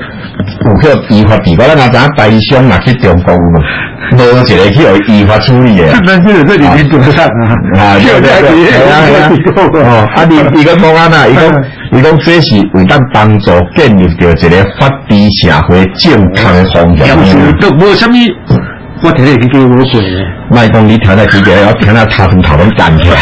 有去依法治国，咱若知影台商若去中国有无？无一个去互依法处理的。 咱这个这里面做啥啊？ 啊，对对对，系啊系啊。哦，啊，你伊个讲安那，伊讲伊讲这是为咱帮助建立着一个法治社会正确的方向。 都无啥物。我听你叫我过咧， 卖讲你听来几个，我听到头从头拢干起来。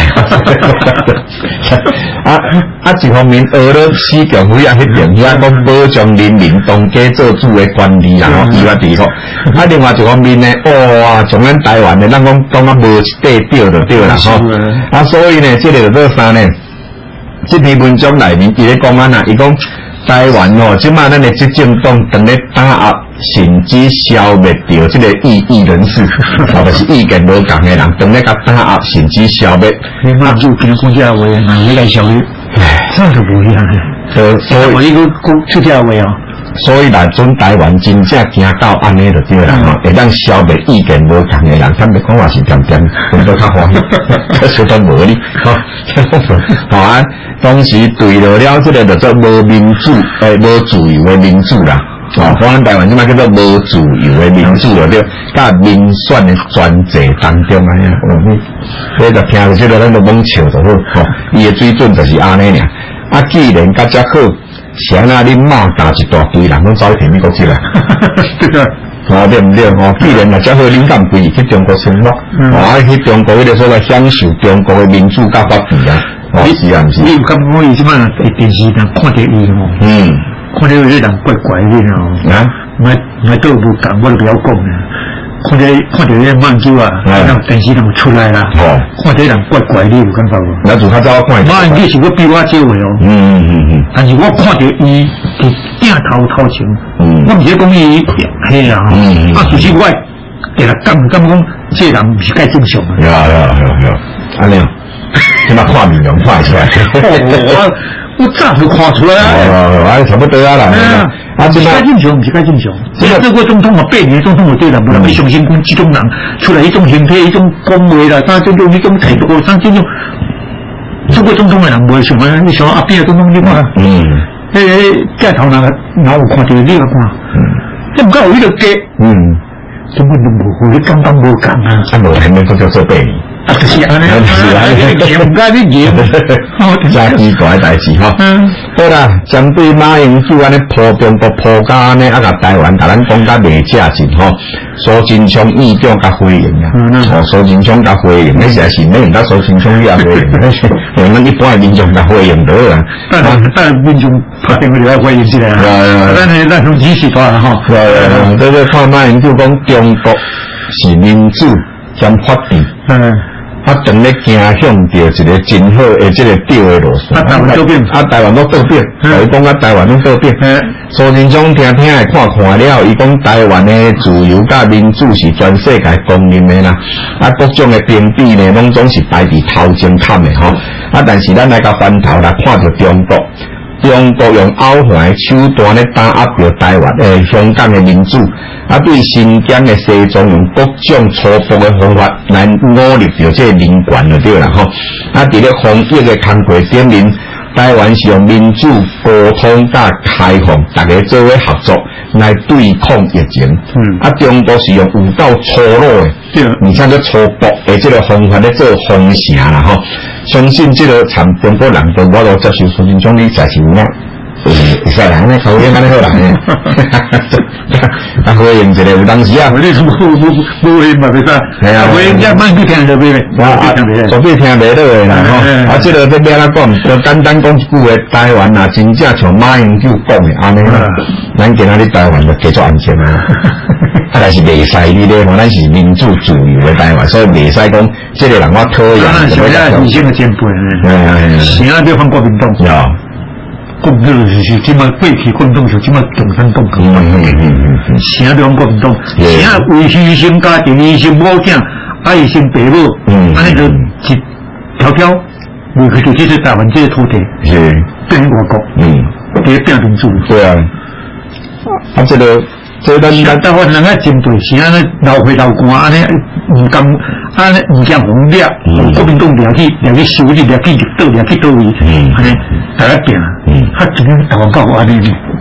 啊啊！一方面俄罗斯强会啊，迄边遐讲保障人民当家做主的管理啦，吼，依法治国。啊，另外一方面呢，哇，从咱台湾的，咱讲讲啊无一块掉就对啦，吼。啊，所以呢，这个就做啥呢？这篇文章内面伊咧讲安那，伊讲台湾哦，即马咱的执政党正咧打压。甚至消灭掉这个异议人士，或者是意见无同的人，当咧甲打压，甚至消灭。 你妈就跟国家话，哪会来消灭？这就不一样了。 所所以我一个讲出家话啊。 所以来准台湾真正行到安尼就对啦，会当消灭意见无同的人，坦白讲话是点点，我都较欢喜，可是都无哩，吼，好啊。当时对了了，这个就做无民主，诶，无自由的民主啦。哦，咱台湾即马叫做无自由的民主了，对，甲民选的专制当中安尼，哦，你就听到这个咱就懵笑就好，吼，伊的水准就是安尼尔。啊，既然甲遮好，是安那恁骂打一大堆人拢走去美国去啦， 这个， 哦对毋对？哦，既然若遮好，恁敢规去中国生活，哦，啊去中国迄个所在享受中国的民主甲法治啊，哦是啊，是。 你有感觉伊即摆伫电视上看到伊哦？嗯。看到有啲人怪怪的哦，啊，咪咪都无讲，我都不要讲啦。看到看到啲慢酒啊，那电视上出来啦，哦，看到人怪怪的，有感觉无？ 那就较早看。 慢酒是我比我少的哦，嗯嗯嗯嗯，但是我看到伊伫镜头头前，嗯，我唔是讲伊系啊，嗯，啊，就是我定来感感讲，这人唔是介正常啊。 有有有有，安尼，起码看面容看出来。 我早就看出来啊！ 哦，啊，差不多啊啦。 啊，是该正常，唔是该正常。这个这个总统啊，八年总统就对啦，无人去相信讲这种人出来一种形态、一种讲话啦，啥种种、一种态度，啥种种。中国总统的人唔会想啊，你想阿扁总统你看，嗯，诶，街头人哪有看到你个看？你唔够有迄个假，嗯，根本都无，你根本无讲啊。 啊，无肯定都叫做八年。 啊，就是安尼，是安尼，严格的严， 真奇怪的代志哈。好啦，针对马英九安尼破中国破甲安尼，啊，甲台湾甲咱讲甲未正经吼，苏贞昌意中甲回应啊，哦，苏贞昌甲回应，那是是你唔得苏贞昌也回应，我们一般的民众甲回应到啦。 但但民众拍电话就来回应起来啊，但是那种支持他哈。 对，这个看马英九讲中国是民主兼法治。嗯。啊，正咧行向着一个真好诶，即个对诶路线。啊，台湾倒变，啊，台湾都倒变，所以讲啊，台湾都倒变。苏贞昌听听诶，看看了，伊讲台湾诶自由甲民主是全世界公认诶啦。啊，各种诶评比呢，拢总是排伫头前坎诶吼。啊，但是咱来甲翻头来看着中国。中国用拗环手段咧打压着台湾诶香港诶民主，啊对新疆诶西藏用各种粗暴诶方法来侮辱着这个人权就对啦吼。啊，伫咧防疫诶工作点面，台湾是用民主、沟通甲开放，大家做伙合作来对抗疫情。嗯，啊，中国是用有够粗鲁诶，而且咧粗暴诶这个方法咧做封城啦吼。相信这个参中国人都我都接受苏贞昌你才是有影，会会使来呢，口音安尼好来呢，啊回应一个有当时啊， 你无无无回应嘛袂使，系啊，回应只慢去听就袂咧， 啊啊，左边听袂到诶啦吼，啊，这个要要安怎讲？就简单讲一句话，台湾啊，真正像马英九讲诶安尼啦，咱今仔日台湾就继续安全啊。啊，但是袂使你咧，咱是民主自由的台湾，所以袂使讲这个人我讨厌。 啊，现在以前的前辈呢，哎，现在要反国民党，有，国民党是即马过去国民党就即马共产党搞，嗯嗯嗯嗯，现在要反国民党，现在为牺牲家庭、牺牲母囝、爱牺牲爸母，嗯，安尼就一条条为去就这台湾这个土地，是变外国，嗯，变变民主， 对啊，啊这个。所以咱咱台湾人个针对是安尼老血老干安尼唔甘安尼唔惊红掠，国民党掠去掠去收入掠去倒掠去倒位，安尼大家拼，啊，怎样台湾搞安尼呢？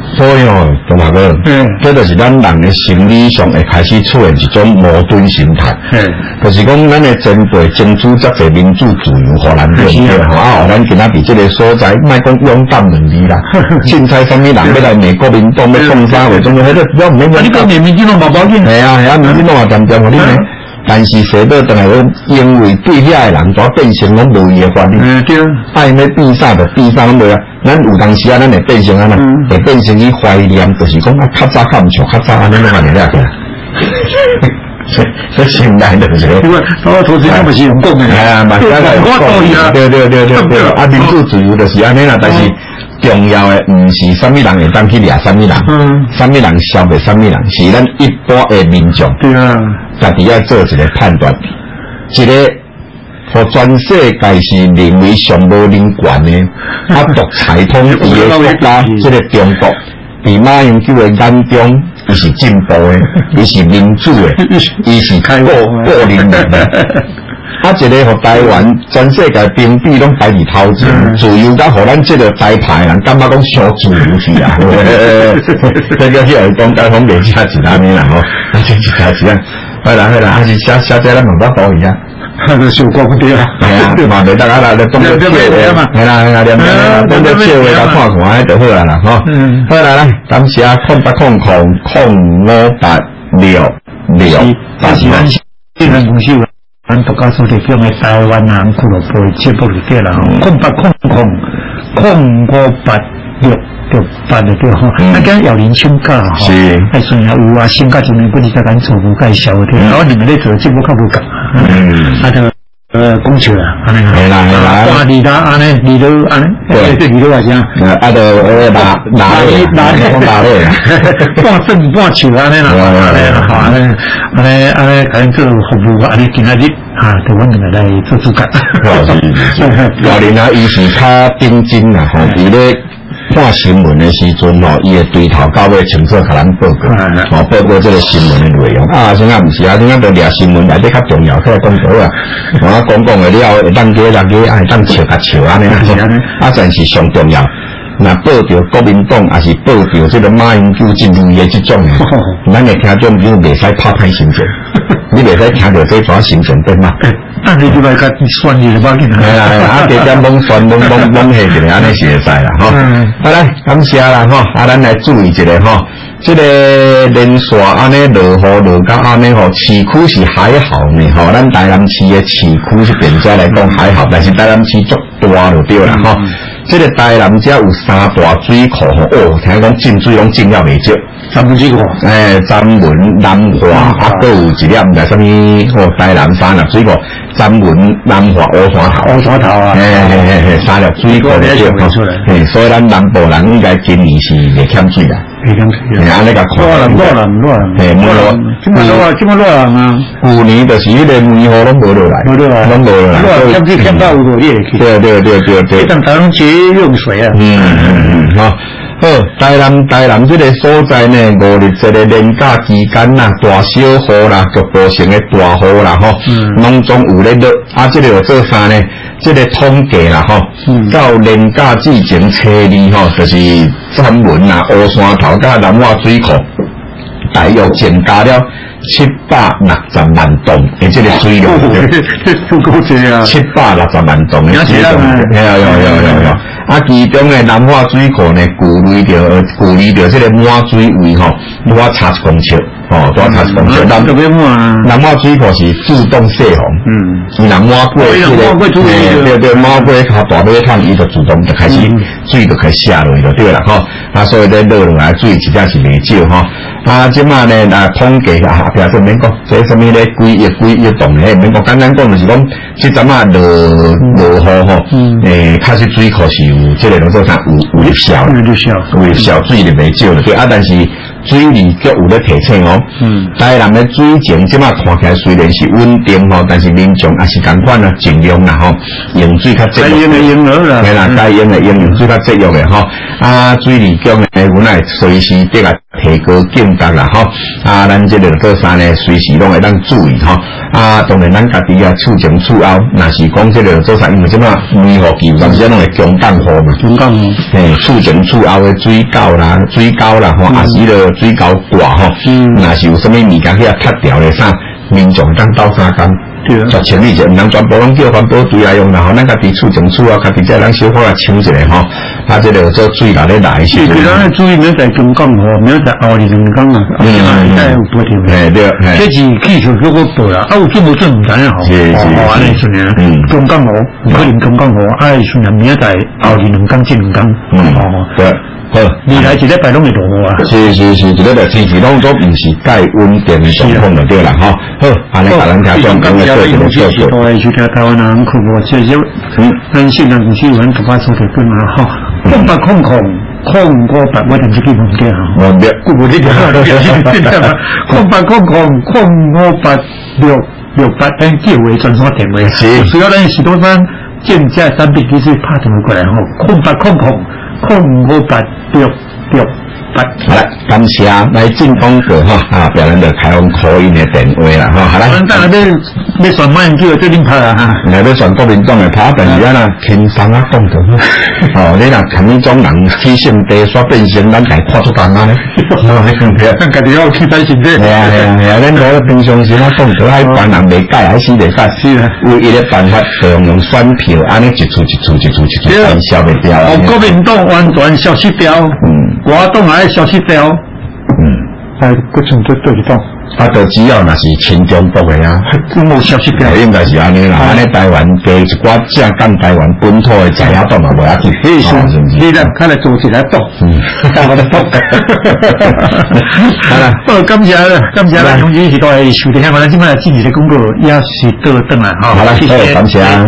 所以哦，董大哥，嗯，这就是咱人的心理上会开始出现一种矛盾心态，嗯，就是讲咱的针对争取这个民主自由和咱对不对？吼啊，咱今仔伫这个所在，莫讲勇敢问题啦，凊彩什么人要来美国民党要创啥话，总之迄个比较唔免讲。你讲民民进党冇保险？系啊系啊，民进党也点点互你咩？但是写到等来因为对遐个人都变成拢无伊个法律，嗯对，爱要变啥就变啥拢无啊。咱有当时啊，咱会变成安那，会变成去怀念，就是讲啊，较早较唔像较早安尼拢安尼了起来。这现代就是，因为我投资那么是用讲的，哎呀，嘛，我讲，对对对对对，啊，民主自由就是安尼啦，但是。重要的唔是什么人会当去掠什么人，嗯，什么人消灭什么人，是咱一般的民众，对啊，家己要做一个判断，一个和全世界是认为上无人权的，啊，独裁统治的国家，这个中国，伫马英九的眼中，伊是进步的，伊是民主的，伊是个个人的。啊，一个互台湾全世界兵比拢摆伫头前，嗯、自由甲互咱这个台牌人感觉讲小自由去啊！这个去儿讲解方面写一安尼啦吼，啊，这一写一啊，好啦好啦，还是写写这咱问法多一下。那个小国不对啊，系啊，嘛袂得啊啦，你当作笑话，系啦系啦，念念当作笑话甲看看，迄就好啦啦吼。好啦啦，感谢空八空空空五八六六八三，这个公司。咱独家所提供的台湾人俱乐部节目里底啦，空八空空空五八六六八的对吼，那跟姚林请教吼，还算也有啊，先教一年不是在咱做无介绍的，然后你们咧做节目较无共，嗯，啊个呃讲笑啦，安尼系啦系啦，挂二打安尼，二刀安尼，对对，二刀话啥？啊个呃拿拿咧拿咧拿咧，半正半笑安尼啦，安尼好安尼。安尼安尼，可能做服务安尼今仔日啊，台湾人来做主角。老林啊，伊是较顶真啦吼，伊咧看新闻的时阵吼，伊会对头到尾清楚甲咱报告，吼报告这个新闻的内容。啊，现在毋是啊，现在都掠新闻内底较重要，较讲好啊。我讲讲的了，会当加当加，爱当笑甲笑安尼啦。啊，但是上重要。那报着国民党，还是报着这个马英九进入的这种，咱的听众朋友袂使拍歹心情，你袂使听着这段心情对吗？那你就来甲算你把紧。系啦系啦，啊，加点蒙算蒙蒙蒙下一个，安尼是会使啦，吼。好来，感谢啦，吼，啊，咱来注意一下，吼，这个连续安尼落雨落到安尼吼，市区是还好呢，吼，咱台南市的市区是变做来讲还好，但是台南市足大就对啦，吼。这个台南遮有三大水库吼，哦，听讲进水拢进了袂少。三分水库，诶，詹文、南华，啊，都有一粒毋知啥物，哦，台南三粒水库，詹文、南华、乌山头，乌山头啊，嘿嘿嘿嘿，三粒水库就对，嘿，所以咱南部人应该今年是袂欠水啦。袂欠水，嘿，安尼甲看。热人，热人，热人，嘿，无落，今麦落啊，今麦热人啊。旧年就是迄个梅雨拢无落来，无落来，拢无落来，欠水欠到有落叶去。对对对对对。一等台湾节用水啊。嗯嗯嗯，好。好，台南台南这个所在呢，五日这个连假期间呐，大小雨啦，局部性的大雨啦，吼，拢总有咧落。啊，这个有做啥呢？这个统计啦，吼，到连假之前初二吼，就是詹文啊、乌山头甲南华水库，大约增加了七百六十万吨的这个水量，够多啊！七百六十万吨的水量，有有有有有。啊，其中的南华水库呢，距离着距离着这个满水位吼，拄啊差一公尺，哦，拄啊差一公尺。南南华水库是自动泄洪，嗯，伊若满过这个，对对，满过靠大马桶，伊就自动就开始水就开始下落去了，对啦，吼。啊，所以咧落落来水实在是袂少，吼。啊，即马呢，啊，统计啊，譬如说免讲，这什么咧，几亿几亿吨咧，免讲，简单讲就是讲，即阵啊落落雨吼，诶，确实水库是有即个拢做啥有有效，有效，有效水就袂少了，对啊，但是水利局有咧提醒哦，嗯，台南的水情即马看起来虽然是稳定吼，但是民众也是共款啊，尽量啦吼，用水较节约，该用的用了啦，系啦，该用的用，用水较节约的吼，啊，水利局呢，有来随时得来提高警觉啦吼，啊，咱这个做啥呢？随时拢会当注意吼， 啊，当然咱家己啊，厝前厝后，若是讲这个做啥，因为什么梅雨季有当时拢会强降雨嘛， 强降雨， 嘿，厝前厝后的水沟啦、水沟啦，吼，也是个水沟挂吼，若是有啥物物件去啊拆掉咧啥，民众当斗相共。十千里就唔能全部拢叫环保队来用啦，吼，咱家己厝前厝啊，家己再咱小可来抢一下吼，啊，这个做水来咧来是。 其他的注意，明仔强降雨，明仔后日两工啊，嗯嗯，再有多条。 哎对， 这是气象局个报啦，啊有准无准唔知影吼。是是是。安尼算啊，嗯，强降雨，可能强降雨，啊，算啊，明仔后日两工，这两工。嗯，哦，对。好，未来一礼拜拢会落雨啊！ 是是是，一礼拜天气拢都唔是介稳定的状况就对啦，吼。好，安尼甲咱听众讲个做一个做做。 多去听台湾人看无，这些嗯，咱现在唔是有人突发出来本啊，吼，空八空空空五八，我点是基本嘅哈。 我别， 我这条空八空空空五八六六八，咱叫为转什点位？是，主要咱许多山建价三笔其实拍怎么过来吼，空八空空。空五八六六八， 好啦，感谢来进广告哈啊，表咱就开放口音的电话啦哈，好啦。 咱当然要要选马英九的最顶拍啦哈， 来要选国民党的拍，但是咱啊轻松啊讲着哦，你若看你种人体性低煞变性，咱家看出干嘛呢？哦，迄种片， 咱家己要去睇身体。 系啊系啊系啊，咱嗰平常时啊讲着，迄般人未改，还是袂改。是啊，唯一的办法就用用选票，安尼一处一处一处一处抵消袂掉。 哦，国民党完全消失掉，嗯，我党也消失掉， 嗯， 哎，各种都对得到。 啊，就只要若是亲中国的啊， 冇消息掉， 应该是安尼啦。安尼台湾加一寡正港台湾本土的在野党嘛，无要紧， 是是是啦，看来组起来党，嗯，看我的党。好啦，好，感谢感谢咱同志是都系收听我哋今日今日的公告，也是到等啦，哈， 好啦，谢谢，感谢啊。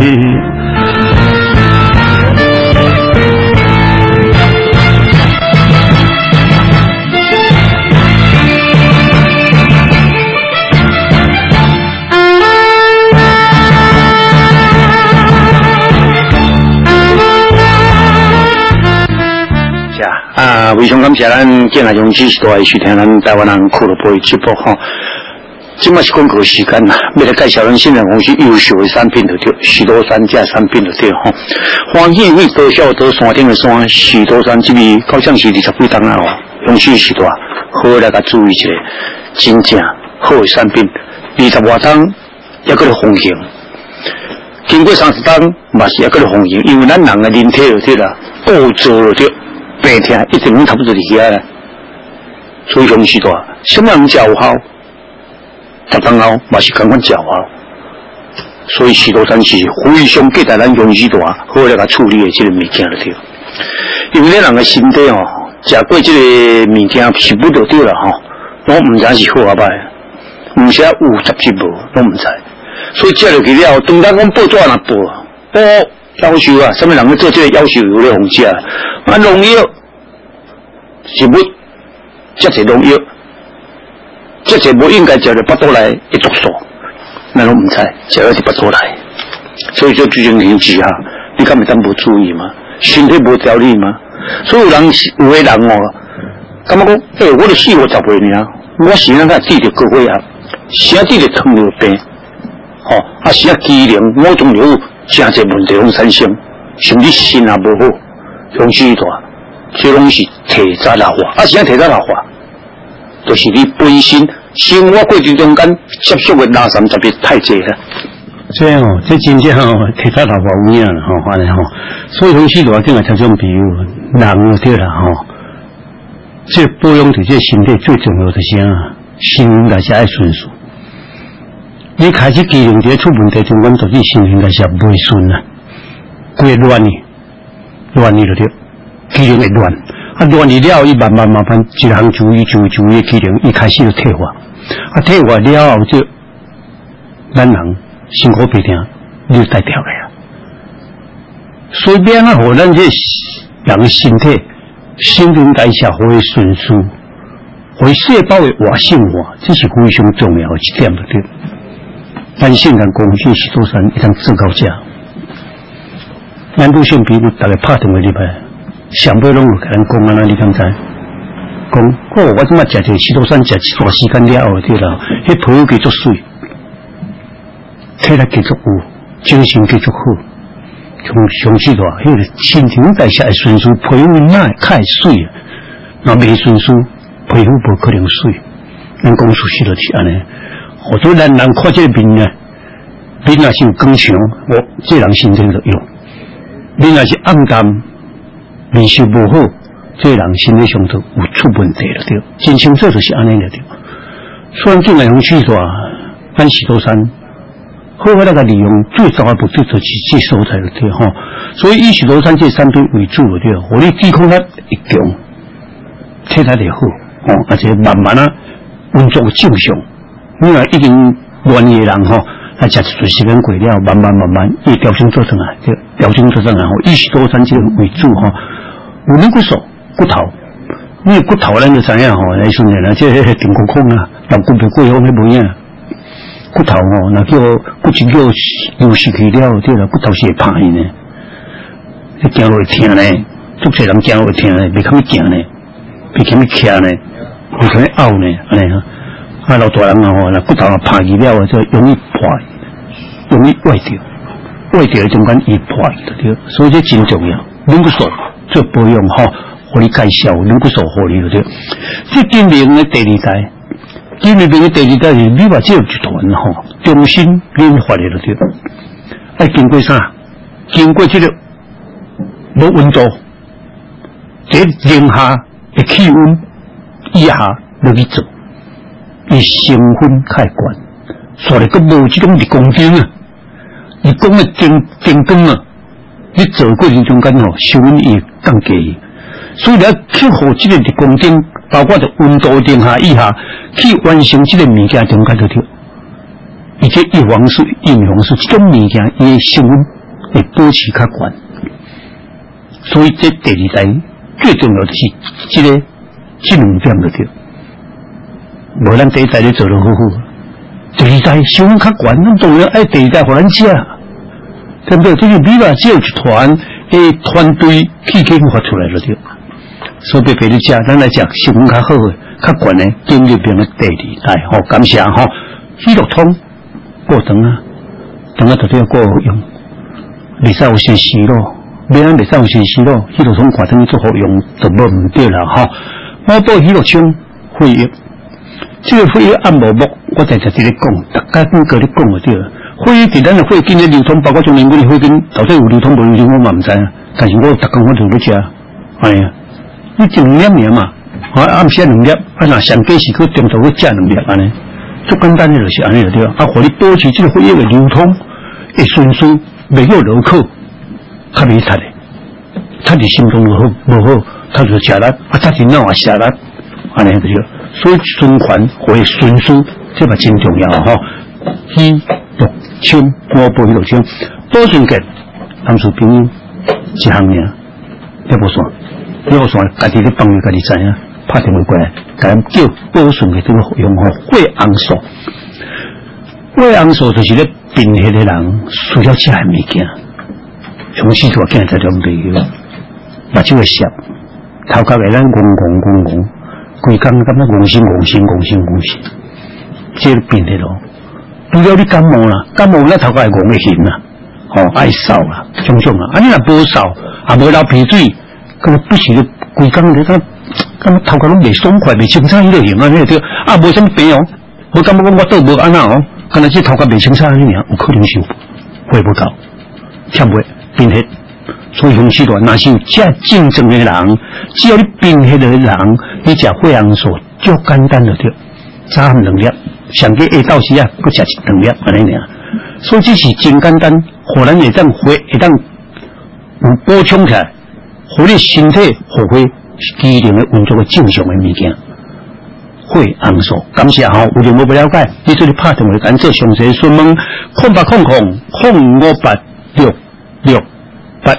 啊，非常感谢咱建来勇士是都来收听咱台湾人俱乐部的直播哈。今嘛是广告时间啦，要来介绍咱新人公司优秀的产品就对，许多山这产品就对哈。欢喜为多少多山顶的山，许多山这边好像是二十几档啊哦，勇士是多好来甲注意一下，真正好的产品，二十外档也搁咧风行，经过三十档嘛是也搁咧风行，因为咱人的人体就对啦，构造就对。病痛一定拢差不多伫遐啦，所以勇士大，什么人叫有效，十当后嘛是共款叫效，所以许多山是非常给咱勇士大好来甲处理的这个物件就对，因为咱人的身体哦，食过这个物件是不就对了吼，拢唔知是好啊歹，唔是有十之无，拢唔知，所以食落去了，当咱讲报纸若报，报。要求啊，什么人去做这个要求有咧红食啊？啊，农药是要这些农药，这些不应该叫你巴肚来一毒素，那拢唔知，叫你巴肚来，所以就最近引起哈，你敢会当无注意吗？身体无调理吗？所以有人有的人哦，感觉讲，诶、欸，我都四五十岁尔，我时阵甲治着高血压，时啊治着糖尿病，吼、哦，啊时啊机能，我总有。真侪问题拢产生，甚至心也无好，勇士大，这拢是体质老化。啊，是啊，体质老化，就是你本身生活过程中间接触的垃圾特别太济了。 这样哦，这真正哦，体质老化有影啦，吼，反正吼，所以勇士大定系这种比喻，人对啦，吼，这保养对这身体最重要的是啊，心应该是爱顺顺。你开始机能在出问题中间，导致心应该是袂顺啦，规乱呢，乱呢就对，机能会乱，啊乱呢了，伊慢慢慢慢一项注意注意注意机能，伊开始就退化，啊退化了后就，咱人辛苦病痛你就带掉了呀，随便啊，互咱这人的身体新陈代谢会顺序，会细胞的活性化，这是非常重要的一点，对。咱现在公司许多山一张最高价，咱女性比如大概拍电话入来，上尾拢有甲咱讲啊，你敢知？讲哦，我即马食这许多山食一段时间了后，对啦，迄皮肤给足水， 体力继续有，精神继续好，从上去的话，迄个新陈代谢的顺序，皮肤哪开水啊？那未顺序，皮肤无可能水。咱讲事实就是安尼。或者咱人看这个面呢，面若是有光强，我这人身体就用；面若是暗淡，面色无好，这人身体上头有出问题了对。真清楚就是安尼了对。虽然境内风去说，咱石头山好好那个利用最早的目的就是这所在了对吼。所以以石头山这山边为主了对，互你抵抗力会强，体力就好哦，而且慢慢啊运作正常。你若已经愿意的人吼，来食一段时间过了，慢慢慢慢伊调整做上来，对，调整做上来吼，以石头山这个为主吼，有你骨素骨头。因为骨头咱就知影吼，来训练啦，即个定骨孔啊，但骨皮过后迄无影。骨头吼，若叫骨质叫流失去了，对啦，骨头是会歹呢。你行路会疼呢，足侪人行路会疼呢，袂堪行呢，袂堪徛呢，袂堪拗呢，安尼哈。啊，老大人啊吼，若骨头啊歹去了，就容易破，容易歪掉，歪掉中间易破的对，所以这真重要。软骨素做保养吼。互你介绍，软骨素互你了对。这今年的第二代，今年的第二代是你把这集团吼，重新研发的了对。爱经过啥？经过这个无温度，这零下的气温以下落去做，伊成分太悬，所以佮无这种日光灯啊，日光的灯灯光啊，你做过程中间吼，收温也降低。所以你要去互这个日光灯，包括着温度零下以下，去完成这个物件中间就对。而且叶黄素、叶黄素这种物件，伊的成分会保持较悬。所以这第二代最重要的是这个这两点就对。无咱第一代咧做得好好，第二代成分较悬，咱当然爱第二代互咱食，对不对？这个米吧，只有一团诶团队去研发出来了对。所以别别你食，咱来食成分较好诶、较悬诶，经历变个第二代吼，感谢吼。喜乐通过长啊，长啊特别过用，未使有些时咯，免咱未使有些时咯，喜乐通挂等于做好用就无唔对啦吼。我报喜乐冲会议，这个会议按无目，我在在这里讲，大家跟个咧讲就对了。会议伫咱诶会金诶流通，包括中年股诶会金，到底有流通无流通我嘛唔知啊。但是我逐工我就要食，哎呀。你一两粒尔嘛，啊暗时两粒，啊若上计是去中途去食两粒安尼，最简单的就是安尼就对了。啊，互你保持这个血液的流通，会顺序袂有落口，较袂塌的，他伫心中无好无好，他就食力，啊他是脑啊食力，安尼就对了。所以循环会顺序，这嘛真重要吼。喜乐清，我报喜乐清，保存嘅，当初朋友一项尔，一无算。要说家己咧帮你家己知影，拍电话过来，甲咱叫保顺的这个用吼血红素。血红素就是咧贫血的人需要食的物件，从四处见在种地个，目睭会涩，头壳会咱戆戆戆戆，规工感觉戆心戆心戆心戆心，这个贫血咯。除了你感冒啦，感冒咱头壳会戆会痕啦，吼爱扫啦，种种啦。啊，你若无扫，啊无流鼻水。咁啊，不时就规工你睇，咁头壳拢未爽快，未清楚伊就型啊，你对啊，无什么病哦，无感觉讲我倒无安那哦，可能只头壳未清楚安尼尔，有可能是血不够，欠血贫血，所以用时段，若是有这竞争的人，只要你贫血的人，你食血红素足简单就对，早暗两粒，上计下昼时啊，佮食一两粒安尼尔，所以这是真简单，互咱会当血会当有补充起来。互你身体发挥机能的运作的正常的物件，血红素。感谢吼，有任何不了解，你做你拍电话干做详细询问，空八空空空五八六六八。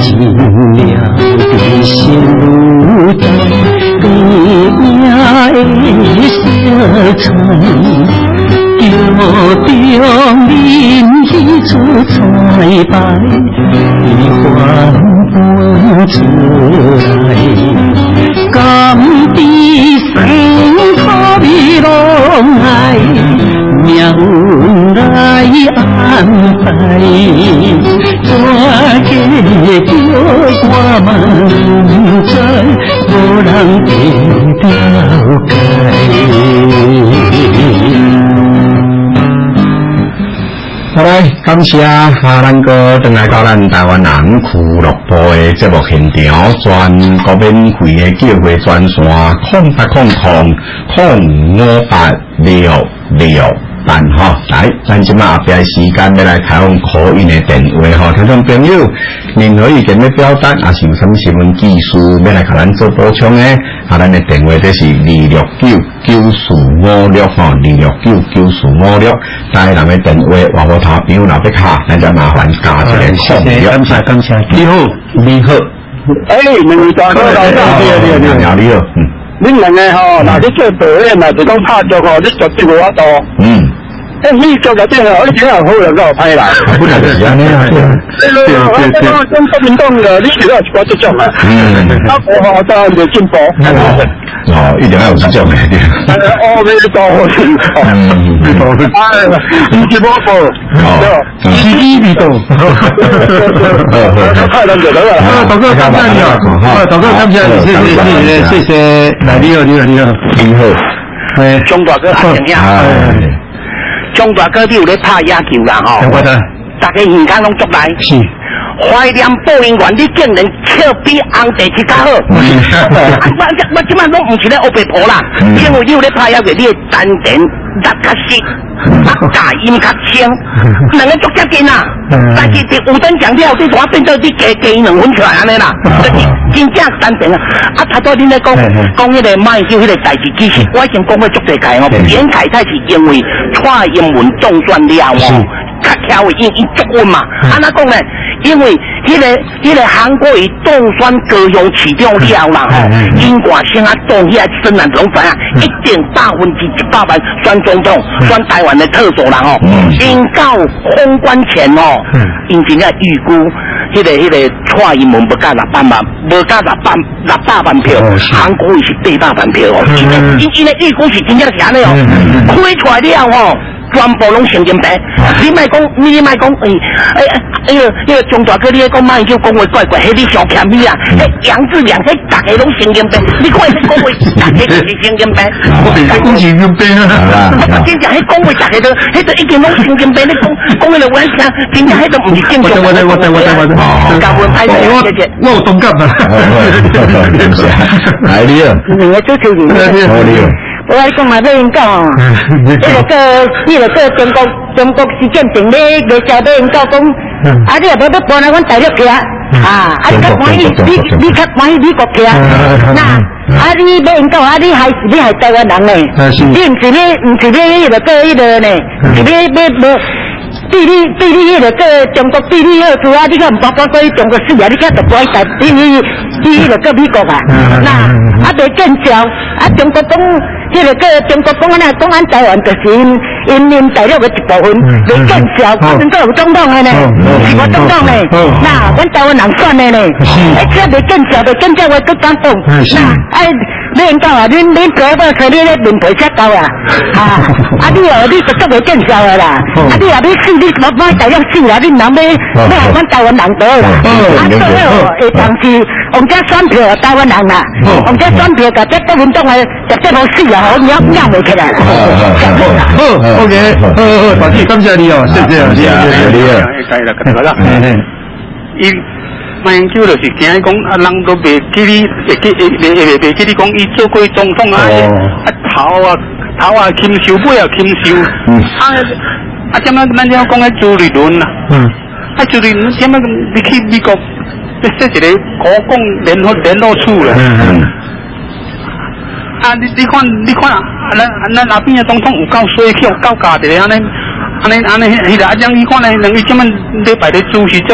尽了的线路的悲呀的小船，桥中林一出彩白的花蹦出来，甘比生可比拢爱，命运来安排，我给着我们知，无人会了解。 好来，感谢啊，咱哥登来到咱台湾人俱乐部的节目现场，全国免费的叫会专线，空八空空空五八六六八哈。来，咱今晚后边时间要来采用口音的电话哈，听众朋友，任何意见要表达，也是有什么新闻技术要来给咱做补充的，啊，咱的电话就是二六九九四五六哈，二六九九四五六。台南的电话话我头边老别卡，咱就麻烦加一个空调。 感谢感谢，你好你好， 哎，两位大哥大家好， 你好你好你好，嗯， 恁两个吼，若你做导演啊，就讲拍照吼，你绝对无法度。 嗯。 哎，你做个这个，你真系好人够歹啦。 不能是安尼啊。 对对对。我讲国民党的，你是要一寡这种啊。嗯。啊，我好当然就进步。 哦，一定要有这种的。 哦，你多好人。嗯。你多好人。哎，你是不好。哦。你你你多。太难得了。 啊，大哥感谢你啊！大哥感谢你，谢谢谢谢谢谢。来，你好你好你好你好。 哎，钟大哥阿成呀。钟大哥，你有咧拍野球啦吼？ 我的， 大家现场拢足来。 是。 怀念播音员，你竟然笑比红地去较好。我我即摆拢唔是咧黑白婆啦，因为你有咧拍野球，你的丹田力较实，啊假音较清，两个足接近啦。但是伫有等强调，你突然变到你加加两分出来安尼啦，就是真正丹田啊！啊，头拄恁咧讲讲迄个卖酒迄个代志，其实我已经讲过足多届哦。严凯泰是因为蔡英文中选了哦。较巧的，因伊足稳嘛，安怎讲呢？因为迄、那个迄、那个韩国瑜当选高雄市长了啦吼，因外省啊当遐深蓝拢知啊，一定百分之一百万选总统，选台湾的特首啦吼。因到封关前哦，因真正预估迄、那个迄、那个蔡英文无加六百万，无加六百六百万票，韩国瑜是八百万票哦。因因的预估是真正是安尼哦，开出来了吼。全部拢神经病，你莫讲，你莫讲，哎哎哎个那个钟大哥，你咧讲卖叫讲话怪怪，迄你上欠你啊！迄杨志良，迄大家拢神经病，你看迄讲话，大家就是神经病。 我哋係講神經病啊！ 我真正迄講話，大家都，迄都已經拢神經病，你講講迄個我聽，真正迄都唔是正常。 我我我我我我， 教官派嚟，謝謝。 我有動感啊！ 係你啊！ 我做球員。 好你啊！ 我講埋俾人講，呢個呢個個中國中國習近平咧，佢就俾人講講，啊你又冇得搬嚟阮大陸去啊，啊啊你較歡喜你你較歡喜美國去啊，嗱啊你俾人講啊你係你係台灣人咧，你唔是咧唔是咧呢個個呢個咧，是咧咧咧。地理地理迄個個中國地理好處啊！你個唔包包過去中國死啊！你個就不愛台地理地理就過美國啊！嗱，啊對建設啊，中國講迄個個中國講安尼講安台灣就是因因因大陸嘅一部分，對建設反正都有總統嘅呢，是我總統咧。嗱，阮台灣人選嘅咧，哎，這對建設對建設我都敢講。嗱，哎，你人講啊，恁恁做伙可你咧面皮切高啊！啊，啊你哦，你就做袂建設嘅啦，啊你啊你死你我我大陸死啦，你人要要係阮台灣人多啦，啊最後會當是用這選票台灣人啦，用這選票甲這國民黨嘅直接冇死啊，好拗拗袂起來。 好 ，OK，好好，大姐感謝你哦，謝謝，謝謝你啊， 係啦，咁樣啦，伊馬英九就是驚講啊，人都袂記你，會記會會袂記你講伊做過總統啊，啊頭啊頭啊禽獸，尾啊禽獸，啊。啊，點樣？咱要講嘅朱立倫啊，啊朱立倫點樣？你去美國，你說一個國共聯絡聯絡處啦。啊，你你看你看，啊，咱咱那邊嘅總統有夠衰氣，有夠家己安尼安尼安尼，迄個啊，將你看咧，兩個點樣你排咧主席節目，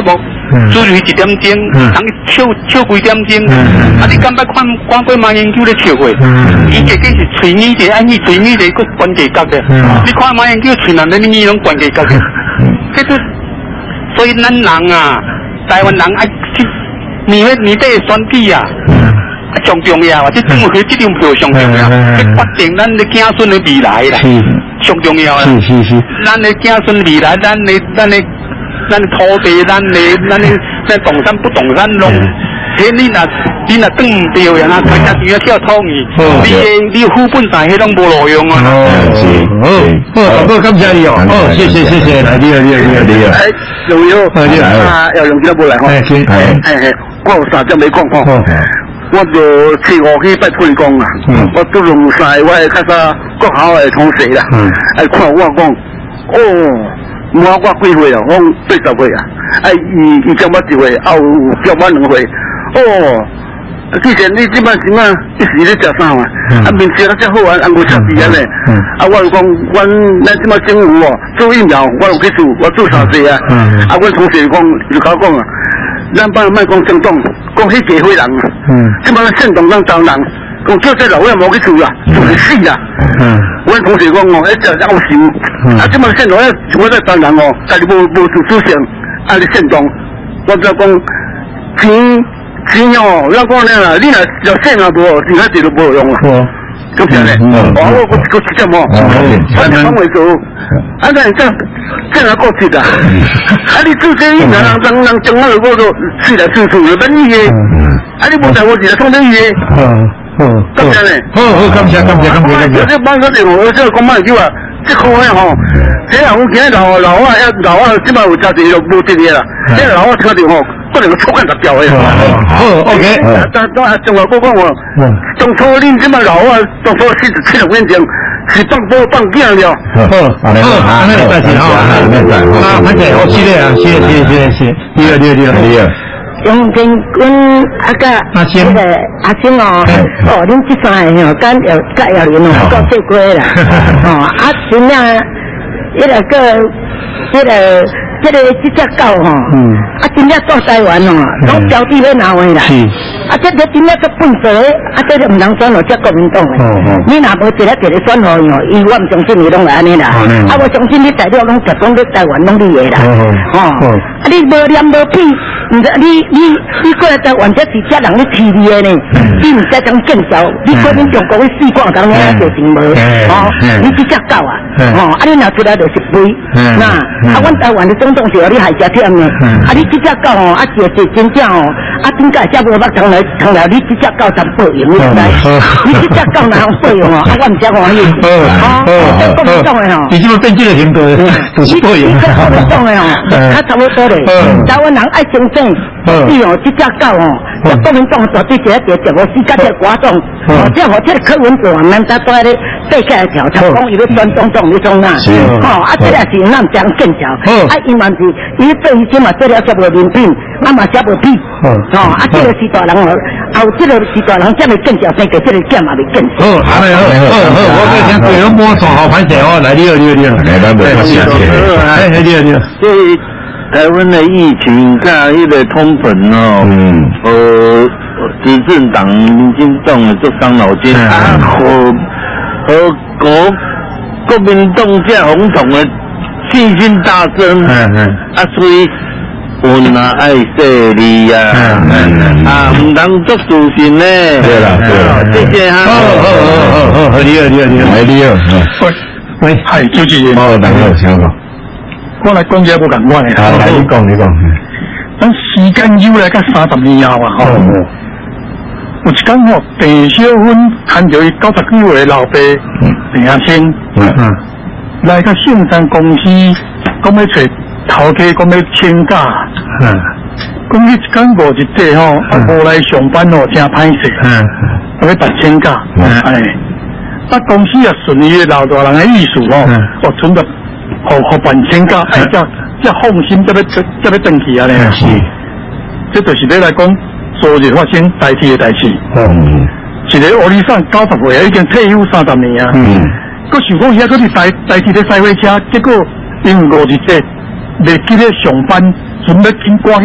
主流一点钟，人笑笑几点钟，啊，你敢捌看看过马英九咧笑过？伊个个是嘴咪的，安尼嘴咪的，个关节角的。你看马英九嘴人咧，你拢关节角的。这个，所以咱人啊，台湾人爱去，你们你对选举啊。上重要啊！即政府这张票上重要，去决定咱的子孙的未来啦，上重要啦。 是是是， 咱的子孙未来，咱的咱的咱的土地，咱的咱的咱动山不动山拢，迄你若你若当唔对呀，那大家就要跳讨议，你的你副本上迄拢无路用啊。 哦，是，好，好，感谢你哦，哦，谢谢谢谢，来，你好你好你好你好。 哎，有有，啊，要用几多步来吼？哎哎，我有三点没讲吼。我就去我去拜托你讲啊，嗯、我都用晒我的较早国校的同学啦，嗯、哎看我讲，哦，摸我几岁啊？我八十岁啊，哎伊伊叫我一岁，啊有叫我两岁，哦，之前你即摆是嘛一时咧食啥嘛？啊面色遮好啊，安无吃味安尼，啊我就讲，阮咱即摆政府哦做疫苗，我有去做，我做三岁啊，啊阮同学讲就甲我讲啊。咱帮卖讲政党，讲迄社会人啊，即摆县党当当人，讲叫这老伙无去做啦，做去死啦。阮同事讲哦，一只有心，啊，即摆县党我在当人哦，家己无无做主席，啊，你县党，我只讲钱钱哦，咱讲咧啦，你若要县啊无，其他地都无用啦。咁樣咧，我我我我直接冇，反正講為做，啊但係真真係過節啊！啊你做這啲人人人種啊，嗰度出嚟做做嘅乜嘢？啊你冇就我自己送啲嘢。咁樣咧， 好好感謝感謝感謝感謝。 有啲班嗰啲我即係講乜叫啊？即係好咧嗬！即係我見老老啊一老啊，即係有家己就冇啲嘢啦。即係老啊聽到嗬。不能抽干十條嘅。 好 ，OK。 但但係仲話嗰個我，當初你咁啊老啊，當初四十七六年前是放波放鏡了。 好，好，好，那個大姐好，啊，大姐，我謝你啊，謝謝謝謝，你好你好你好你好。 用跟阮阿個阿星個阿星哦，哦，恁這三個哦，跟要跟要連哦，到這過啦，哦，阿星啊，一個個一個。这个这只狗吼，啊，真正到台湾吼，拢标志要拿回来。啊，这个真正做本色的，啊，这个唔能选哦，这国民党的。你若无一个一个选好哦，伊我唔相信伊拢来安尼啦。啊，我相信你材料拢集中在台湾拢你的啦。哦，啊，你无念无屁，唔知你你你过来台湾这是这人咧欺你的呢？你唔使讲见效，你可能中国的四光当年就成无。哦，你这只狗啊，哦，啊，你拿出来就是肥。那啊，阮台湾的总统是互你害食忝的，啊，你这只狗哦，啊，是是真正哦，啊，点解遮无捌通来通来？你这只狗才报应，你知？你这只狗哪样报应哦？啊，我唔只欢喜。哦，这国民党的吼， 你这么变质的行动，都是报应。 你这国民党的吼，较差不多嘞。台湾人爱清醒，你哦，这只狗哦，这国民党绝对一个一个世界的瓜种，哦，这和这个柯文哲难得在咧背起来条，他讲伊要选总统，你从哪？哦，啊，这个是咱讲见效，啊，伊嘛是伊对伊即嘛做了这无人品，啊嘛这无屁，哦，啊，这个是大人哦，后这个是大人这么见效，生个这个囝嘛未见。 好，好嘞，好，好，好，我跟你讲，对了，摸错好盘子哦，来，你好，你好，你好，来，来，来，谢谢，哎，你好，你好。 台湾的疫情加一个通膨哦，嗯，呃，执政党民进党的做伤脑筋啊，和和国国民党这红统的信心大增，嗯嗯，啊，所以我哪爱说你呀，嗯嗯啊，唔通做主心呢，对啦对啦，谢谢哈，好好好好好， 你好你好你好， 来你好，喂喂， 嗨，主持人， 哦，大家好，请讲。 我来讲这不共款的。 啊，来你讲你讲。 咱时间悠来到三十年后啊，吼，有一天吼，郑小芬牵着伊九十几岁的老爸郑阿生，嗯，来到信山公司，讲要找头家，讲要请假，嗯，讲你一天五日制吼，啊无来上班吼，真歹势，嗯，啊要办请假，哎，啊公司也顺伊老大人的意思吼，哦，存着。好好办请假，哎，这这放心，这要这要登记啊咧。是，这就是你来讲昨日发生代替的代志。嗯，一个屋里上九十岁啊，已经退休三十年啊。嗯，佮想讲遐佮是代代替的赛火车，结果因为五日节未记咧上班，准备紧赶去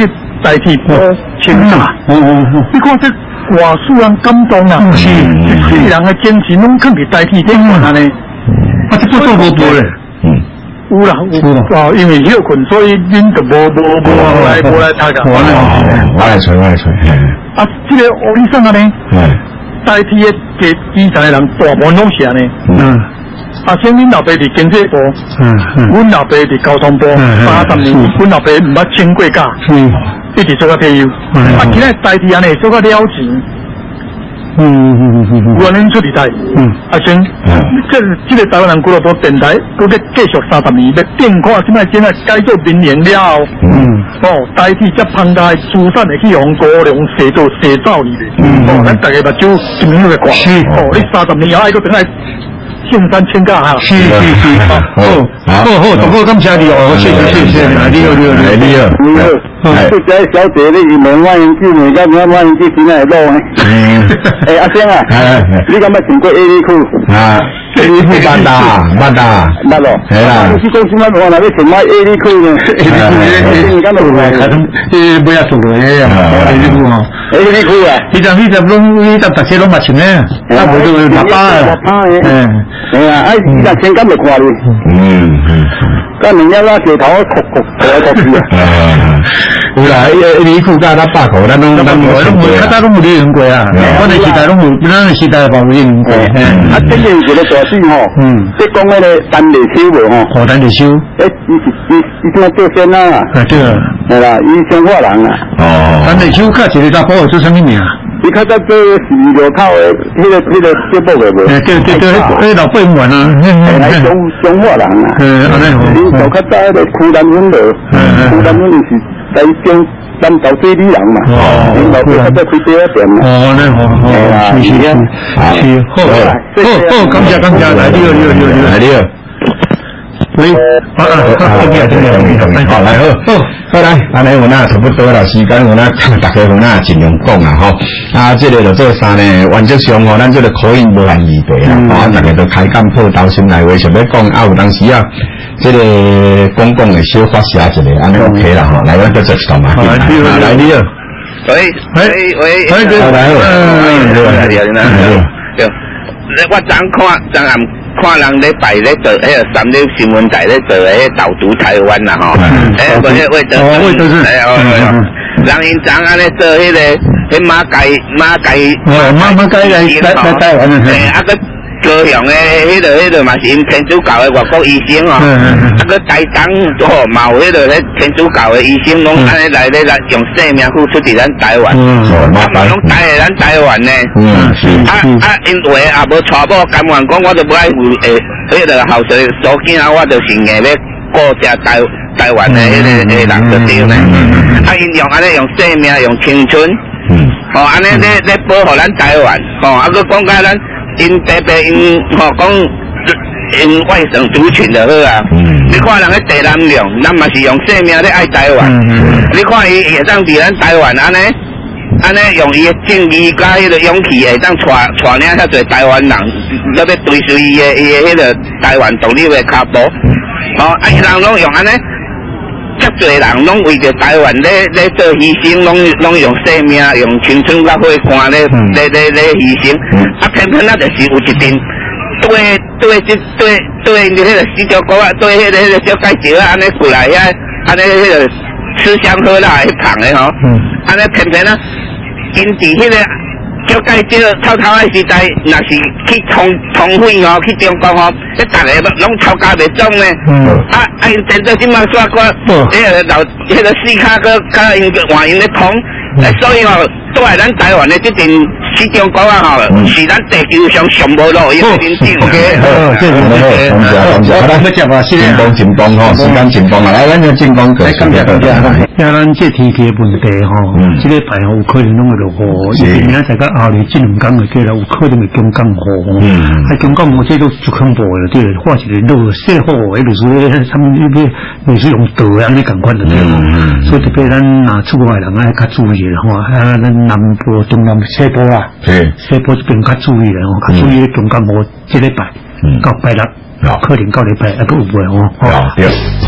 代替无清大。 哦哦哦！ 你看这外使人感动啊，是，世人的坚持拢肯去代替这款安尼。 啊，这做做无无咧。 嗯。有啦，有哦，因为休困，所以恁就无无无无来无来读噶。 我来，我来吹，我来吹。 啊，这个乌里生啊呢，代替的给基层的人大部分拢是安尼。嗯。啊，像恁老爸伫经济部，嗯嗯，阮老爸伫交通部，八十年，阮老爸毋捌请过假，嗯，一直做到退休。啊，今仔代替安尼做到了钱。嗯嗯嗯嗯，有安尼出嚟台，嗯，啊先，这这个台湾人俱乐部电台，佮佮继续三十年，要变化，即摆真系改做民营了，嗯，哦，代替这庞大的资产会去用高粱洗做洗澡里面，嗯，哦，咱大家目睭一面会看，哦，你三十年后还佮等来。现山千假哈， 是是是，好，好，好，大哥感谢你哦，谢谢谢谢，你好你好你好你好，你好，这家小姐你以前万元记你家你万元记现在路呢？嗯，诶阿星啊，你敢捌穿过 A 里裤？ 啊 ，A 里裤捌啦，捌啦， 捌咯，系啦，你讲什么话那要穿买 A 里裤呢 ？A 里裤，你敢捌买？ 诶，不要做了诶，A 里裤哦 ，A 里裤啊， 你阵你阵拢你阵大家拢捌穿诶，啊，无就喇叭诶，嗯。 系啊，哎，你若先咁就看你，嗯嗯，咁明日啦，石頭焗焗焗嚟焗住啊， 有啦，誒，你褲加得百塊，咱攏咱攏冇， 較早攏冇利用過啊，我哋時代攏冇，咱嘅時代冇利用過。 啊，這個一個大事吼，嗯，即講嗰個單地收喎吼， 哦，單地收，誒， 伊伊伊點做先啦？ 係對啊， 係啦，伊彰化人啊， 哦， 單地收較一個大埔做啥物名啊？ 你較早做是路口的，迄個迄個節目嘅無？ 對對對，迄老八五元啊， 係中中華人啊。嗯，安尼好。你就較早迄個區南溫路，區南溫路是在中南投水里人嘛。哦。你老爸較早開第一店嘛。 哦，安尼好，好，是是啊，是好，好，好，感謝感謝，來你好，你好，你好，來你好。喂，啊啊，聽見聽見， 好來好，好，好來，安尼我那差不多啦，時間我那大家我那盡量講啊，吼，啊，這個就做啥呢？原則上吼，咱這個口音無限議題啦，吼，大家都開講破頭先來話，想要講啊，有當時啊，這個公共的小發寫一個，安尼 OK 啦，吼，來我再做一段嘛，來你好， 喂喂喂， 來好，來好， 你好你好你好，對，我昨看昨暗。看人咧擺咧做，迄個三立新聞台咧做迄個導讀台灣啦吼，誒，嗰啲魏德森，誒哦，人因昨安尼做迄個，迄馬街馬街， 哦，馬馬街嚟嚟嚟台灣， 誒，啊個高雄誒，迄個迄個嘛是因天主教誒外國醫生哦，啊個台東吼嘛有迄個迄天主教誒醫生，攏安尼來咧來用生命付出佇咱台灣，啊嘛攏待喺咱台灣呢，啊啊因為也無帶某甘願講，我就不愛付誒。迄個後生所見啊，我就是硬要顧遮台台灣的迄個誒人就對呢。啊，因用安尼用生命用青春，哦安尼咧咧保護咱台灣，哦啊，佮講甲咱因白白因吼講因外省族群就好啊。你看人喺地南用，咱嘛是用生命咧愛台灣。你看伊會當佇咱台灣安尼。安尼用伊嘅正義甲迄個勇氣，會當帶帶領遐濟台灣人，要要追隨伊嘅伊嘅迄個台灣獨立嘅腳步。哦，啊，伊人攏用安尼，遮濟人攏為着台灣咧咧做犧牲，攏攏用生命、用青春甲血汗咧咧咧咧犧牲。啊，偏偏啊，就是有一陣對對即對對迄個四條歌啊，對迄個迄個小介紹啊，安尼過來遐，安尼迄個吃香喝辣迄行嘅吼，安尼偏偏啊。因伫迄個叫介紹偷偷嘅時代，若是去通通匪吼，去中國吼，一逐個攏偷家袂總呢。啊啊！因真正即馬煞過，迄個老迄個四卡個甲因換因咧通，所以吼，都係咱台灣嘅即陣去中國啊吼，是咱地球上上無路一個認證。OK， 好，謝謝， 感謝感謝。好啦，乜嘢話先？進攻進攻吼，時間進攻啊！來，咱個進攻佢。感謝感謝。 因為咱這天氣問題吼，即個排有可能攏會落雨，因為明仔載個後日這兩天嘅過來，有可能會強降雨。啊，強降雨這都足恐怖嘅，對，化一個落雪雨，迄就是說，他們那邊類似用刀安尼共款的對。所以特別咱若出外人愛較注意嘅吼，啊，咱南部、中南西部啦，西部這邊較注意嘅吼，較注意強降雨，這禮拜到拜六，可能到禮拜還佫有會吼。